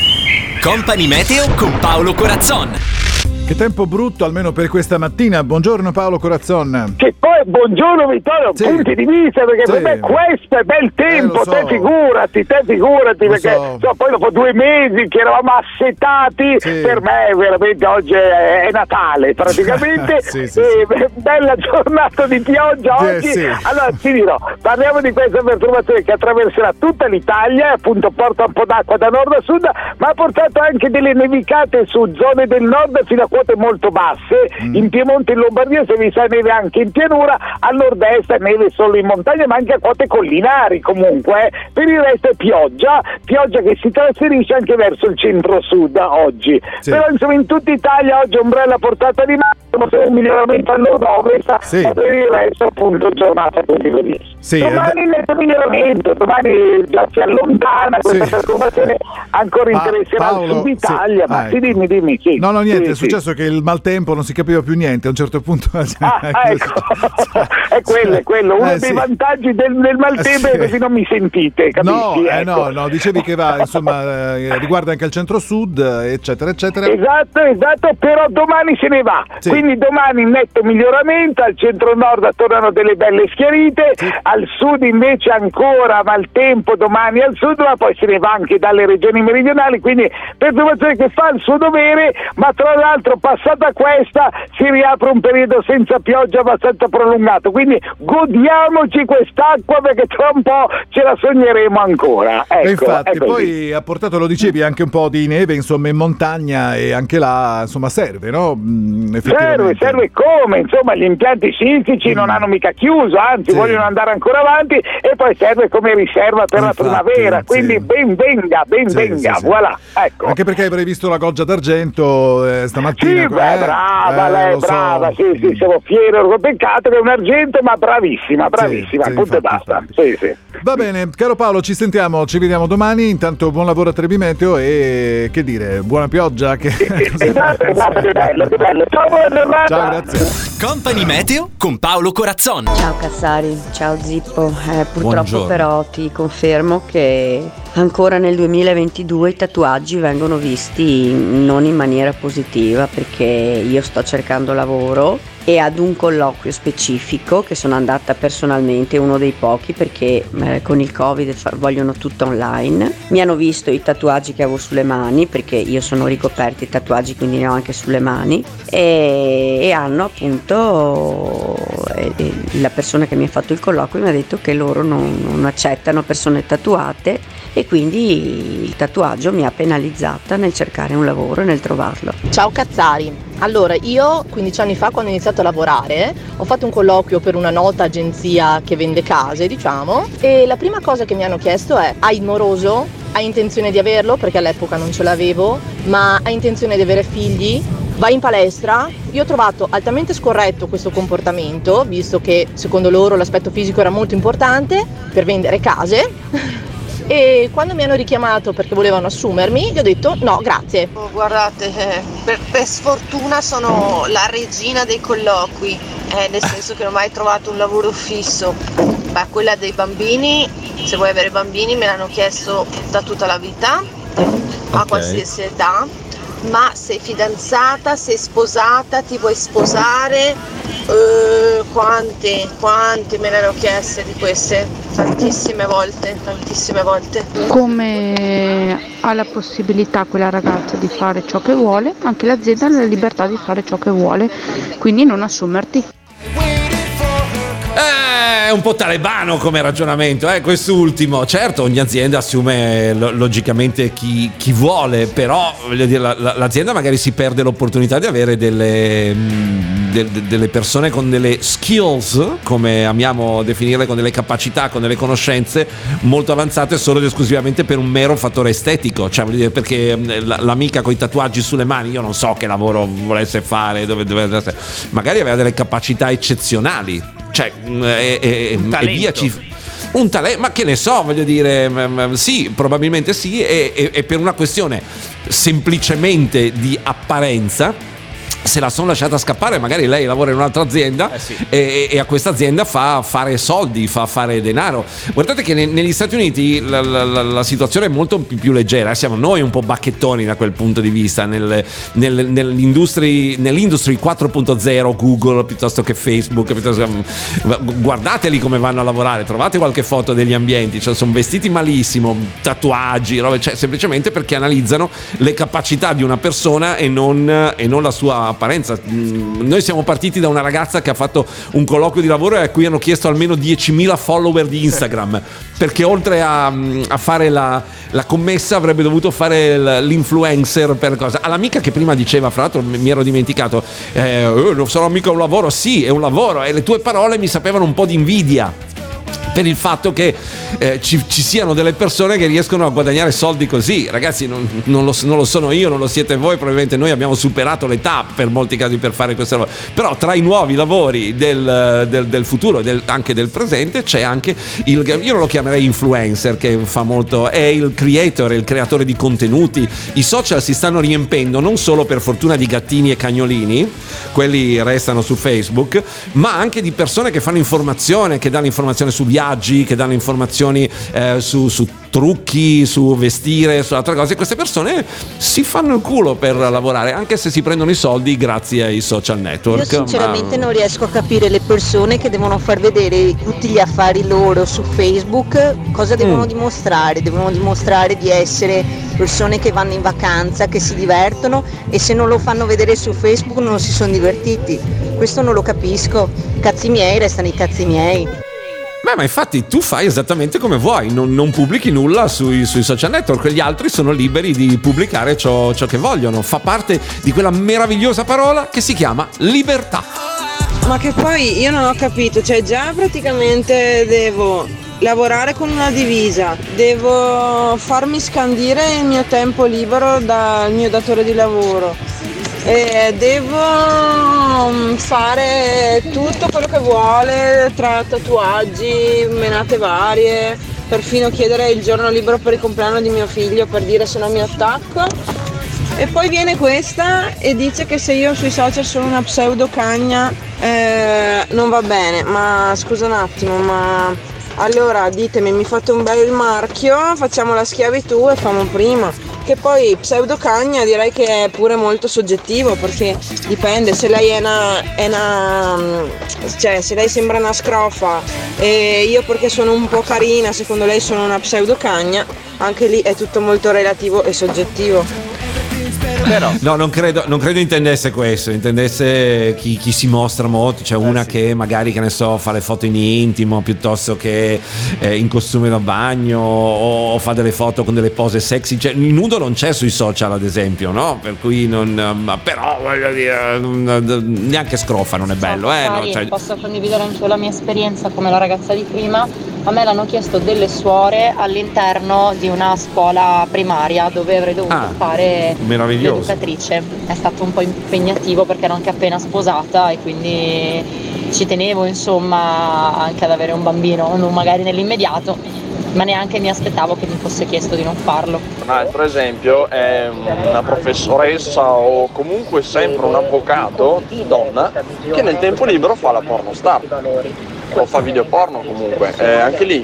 sì. Company Meteo con Paolo Corazzon. Che tempo brutto almeno per questa mattina. Buongiorno Paolo Corazzon. Che poi buongiorno Vittorio, sì. punti di vista, perché sì. per me questo è bel tempo, eh, so. te figurati, te figurati, lo perché so. So, poi dopo due mesi che eravamo assetati, sì. per me veramente oggi è, è Natale praticamente, sì, sì, e sì. bella giornata di pioggia oggi. Sì, sì. Allora ti dirò, parliamo di questa perturbazione che attraverserà tutta l'Italia, appunto porta un po' d'acqua da nord a sud, ma ha portato anche delle nevicate su zone del nord fino a quote molto basse, mm. in Piemonte e in Lombardia se vi sa neve anche in pianura, al nord-est neve solo in montagna ma anche a quote collinari comunque, eh. per il resto è pioggia, pioggia che si trasferisce anche verso il centro-sud oggi, sì. però insomma in tutta Italia oggi ombrella a portata di mano, un miglioramento al nord-ovest, sì. ma per il resto appunto giornata così così. Sì, domani il netto miglioramento, domani già si allontana questa sì. perturbazione, ancora pa- interesserà Paolo, il sud Italia, sì. ma ah, sì, dimmi, dimmi, sì. No, no, niente, sì, è successo sì. che il maltempo non si capiva più niente a un certo punto. Ah, ecco, è quello, è quello, uno eh, dei sì. vantaggi del, del maltempo è che non mi sentite, capisci? No, eh, ecco. no, no, dicevi che va, insomma, eh, riguarda anche il centro-sud, eccetera, eccetera. Esatto, esatto, però domani se ne va, sì. quindi domani netto miglioramento, al centro-nord tornano delle belle schiarite, sì. al sud invece ancora maltempo domani al sud, ma poi se ne va anche dalle regioni meridionali, quindi perturbazione che fa il suo dovere, ma tra l'altro passata questa si riapre un periodo senza pioggia abbastanza prolungato, quindi godiamoci quest'acqua perché tra un po' ce la sogneremo ancora. Ecco, e infatti poi ha portato, lo dicevi, anche un po' di neve insomma in montagna, e anche là insomma serve, no? Mm, serve, serve come? Insomma gli impianti sismici mm. non hanno mica chiuso, anzi sì. vogliono andare ancora avanti, e poi serve come riserva per infatti, la primavera, quindi sì. ben venga, ben sì, venga, sì, sì. voilà. Ecco. Anche perché avrei visto la Goggia d'Argento eh, stamattina. Sì, beh, eh, brava, eh, lei, brava, so. sì, sì, siamo fieri, peccato che è un argento, ma bravissima, bravissima, sì, punto sì, e basta. Sì, sì. Va bene, caro Paolo, ci sentiamo, ci vediamo domani, intanto buon lavoro a Trebi Meteo e che dire, buona pioggia. Che... esatto, esatto, che bello, che bello. Ciao, buona giornata. Ciao, grazie. Company Meteo con Paolo Corazzon. Ciao Cassari, ciao Zippo, eh, purtroppo Buongiorno. Però ti confermo che ancora nel duemilaventidue i tatuaggi vengono visti non in maniera positiva, perché io sto cercando lavoro e ad un colloquio specifico che sono andata personalmente, uno dei pochi perché eh, con il Covid fa- vogliono tutto online. Mi hanno visto i tatuaggi che avevo sulle mani, perché io sono ricoperta di tatuaggi, quindi ne ho anche sulle mani, e, e hanno appunto eh, la persona che mi ha fatto il colloquio mi ha detto che loro non, non accettano persone tatuate, e quindi il tatuaggio mi ha penalizzata nel cercare un lavoro e nel trovarlo. Ciao Cazzari, allora io quindici anni fa, quando ho iniziato a lavorare, ho fatto un colloquio per una nota agenzia che vende case, diciamo, e la prima cosa che mi hanno chiesto è: hai il moroso? Hai intenzione di averlo? Perché all'epoca non ce l'avevo, ma hai intenzione di avere figli? Vai in palestra? Io ho trovato altamente scorretto questo comportamento, visto che secondo loro l'aspetto fisico era molto importante per vendere case. E quando mi hanno richiamato perché volevano assumermi, gli ho detto no, grazie. Oh, guardate, eh, per, per sfortuna sono la regina dei colloqui, eh, nel senso che non ho mai trovato un lavoro fisso. Ma quella dei bambini, se vuoi avere bambini, me l'hanno chiesto da tutta la vita, a Ok. qualsiasi età. Ma sei fidanzata, sei sposata, ti vuoi sposare? Eh, quante, quante me ne hanno chieste di queste? Tantissime volte, tantissime volte. Come ha la possibilità quella ragazza di fare ciò che vuole, anche l'azienda ha la libertà di fare ciò che vuole, quindi non assumerti. È un po' talebano come ragionamento, eh, quest'ultimo. Certo, ogni azienda assume lo- logicamente chi, chi vuole, però voglio dire, la- la- l'azienda magari si perde l'opportunità di avere delle, mh, de- de- delle persone con delle skills, come amiamo definirle, con delle capacità, con delle conoscenze molto avanzate solo ed esclusivamente per un mero fattore estetico. Cioè, voglio dire, perché mh, la- l'amica con i tatuaggi sulle mani, io non so che lavoro volesse fare, dove, dove, magari aveva delle capacità eccezionali. Cioè, e, e, e via ci un talento, ma che ne so, voglio dire, m- m- sì, probabilmente sì, e, e, e per una questione semplicemente di apparenza se la sono lasciata scappare. Magari lei lavora in un'altra azienda Eh sì. e, e a questa azienda fa fare soldi, fa fare denaro. Guardate che ne- negli Stati Uniti la, la- la- la situazione è molto più, più leggera, siamo noi un po' bacchettoni da quel punto di vista nel, nel, nell'industria, nell'industria quattro punto zero, Google piuttosto che Facebook, piuttosto, guardateli come vanno a lavorare, trovate qualche foto degli ambienti, cioè sono vestiti malissimo, tatuaggi, robe, cioè, semplicemente perché analizzano le capacità di una persona e non, e non la sua apparenza. Noi siamo partiti da una ragazza che ha fatto un colloquio di lavoro e a cui hanno chiesto almeno diecimila follower di Instagram, perché oltre a, a fare la, la commessa avrebbe dovuto fare l'influencer per cosa. All'amica che prima diceva, fra l'altro mi ero dimenticato, eh, oh, non sarà mica un lavoro. Sì, è un lavoro, e le tue parole mi sapevano un po' di invidia per il fatto che eh, ci, ci siano delle persone che riescono a guadagnare soldi così. Ragazzi, non, non, lo, non lo sono io, non lo siete voi, probabilmente noi abbiamo superato l'età per molti casi per fare questo lavoro. Però tra i nuovi lavori del, del, del futuro, del, anche del presente, c'è anche il, io non lo chiamerei influencer, che fa molto, è il creator, il creatore di contenuti. I social si stanno riempendo non solo per fortuna di gattini e cagnolini, quelli restano su Facebook, ma anche di persone che fanno informazione, che danno informazione su viaggi, che danno informazioni eh, su, su trucchi, su vestire, su altre cose. Queste persone si fanno il culo per lavorare, anche se si prendono i soldi grazie ai social network. Io sinceramente ma... non riesco a capire le persone che devono far vedere tutti gli affari loro su Facebook. Cosa devono Mm. dimostrare? Devono dimostrare di essere persone che vanno in vacanza, che si divertono, e se non lo fanno vedere su Facebook non si sono divertiti. Questo non lo capisco. Cazzi miei restano i cazzi miei. Beh, ma infatti tu fai esattamente come vuoi, non, non pubblichi nulla sui, sui social network, gli altri sono liberi di pubblicare ciò, ciò che vogliono. Fa parte di quella meravigliosa parola che si chiama libertà. Ma che poi io non ho capito, cioè già praticamente devo lavorare con una divisa, devo farmi scandire il mio tempo libero dal mio datore di lavoro, e devo fare tutto quello che vuole, tra tatuaggi, menate varie, perfino chiedere il giorno libero per il compleanno di mio figlio per dire se no mi attacco. E poi viene questa e dice che se io sui social sono una pseudo cagna eh, non va bene. Ma scusa un attimo, ma allora ditemi, mi fate un bel marchio, facciamo la schiavitù e famo prima. Che poi pseudocagna direi che è pure molto soggettivo, perché dipende, se lei è una, è una cioè se lei sembra una scrofa e io perché sono un po' carina, secondo lei sono una pseudocagna, anche lì è tutto molto relativo e soggettivo. Però. No, non credo, non credo intendesse questo, intendesse chi, chi si mostra molto, cioè una che magari, che ne so, fa le foto in intimo piuttosto che eh, in costume da bagno o, o fa delle foto con delle pose sexy, cioè il nudo non c'è sui social ad esempio, no? Per cui non, um, però voglio dire, neanche scrofa non è bello, eh? Cari, no? Cioè... Posso condividere anche la mia esperienza come la ragazza di prima. A me l'hanno chiesto delle suore all'interno di una scuola primaria dove avrei dovuto ah, fare meraviglioso. l'educatrice. È stato un po' impegnativo perché ero anche appena sposata e quindi ci tenevo insomma anche ad avere un bambino, non magari nell'immediato, ma neanche mi aspettavo che mi fosse chiesto di non farlo. Un altro esempio è una professoressa o comunque sempre un avvocato, donna, che nel tempo libero fa la pornostar o fa video porno comunque, eh, anche lì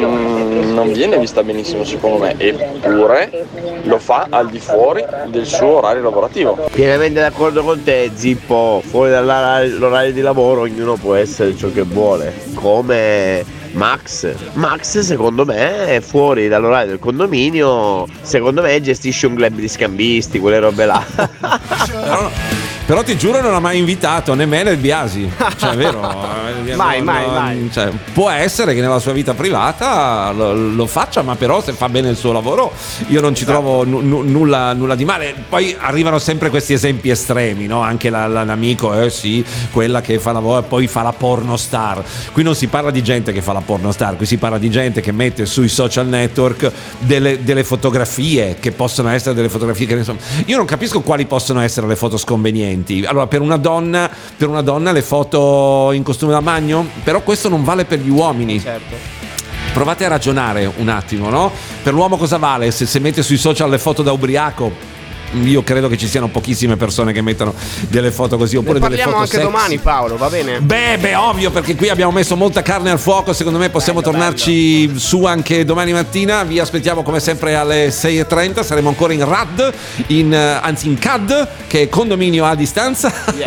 mm, non viene vista benissimo secondo me, eppure lo fa al di fuori del suo orario lavorativo. Pienamente d'accordo con te Zippo, fuori dall'orario di lavoro ognuno può essere ciò che vuole, come Max. Max secondo me è fuori dall'orario del condominio, secondo me gestisce un club di scambisti, quelle robe là. Però, però ti giuro non ha mai invitato né me né il Biasi, cioè è vero. mai, non, mai, mai. Cioè, può essere che nella sua vita privata lo, lo faccia, ma però se fa bene il suo lavoro io non ci trovo n- n- nulla, nulla di male. Poi arrivano sempre questi esempi estremi, no? Anche la, la, l'amico, eh sì, quella che fa lavoro e poi fa la pornostar. Qui non si parla di gente che fa la pornostar, qui si parla di gente che mette sui social network delle, delle fotografie che possono essere delle fotografie che insomma, io non capisco quali possono essere le foto sconvenienti. Allora per una donna per una donna le foto in costume da bagno, però questo non vale per gli uomini. Certo. Provate a ragionare un attimo, no? Per l'uomo cosa vale? Se, se mette sui social le foto da ubriaco, io credo che ci siano pochissime persone che mettono delle foto così, oppure ne delle parliamo foto anche sexy. Domani Paolo, va bene? Beh, beh, ovvio, perché qui abbiamo messo molta carne al fuoco. Secondo me possiamo bello, tornarci bello. su anche domani mattina. Vi aspettiamo come sempre alle sei e trenta. Saremo ancora in R A D, in, anzi in C A D, che è condominio a distanza.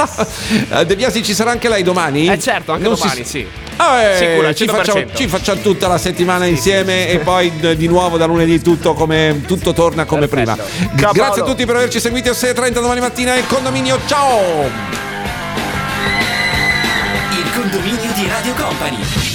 Yes. De Biasi, ci sarà anche lei domani? Eh certo, anche non domani, si... sì. Eh, Sicura, ci, facciamo, ci facciamo tutta la settimana sì, insieme sì, sì. E poi di nuovo da lunedì tutto come tutto torna come Perfetto. prima. Ciao, grazie Paolo. a tutti per averci seguiti a sei e trenta domani mattina in condominio. Ciao! Il condominio di Radio Company.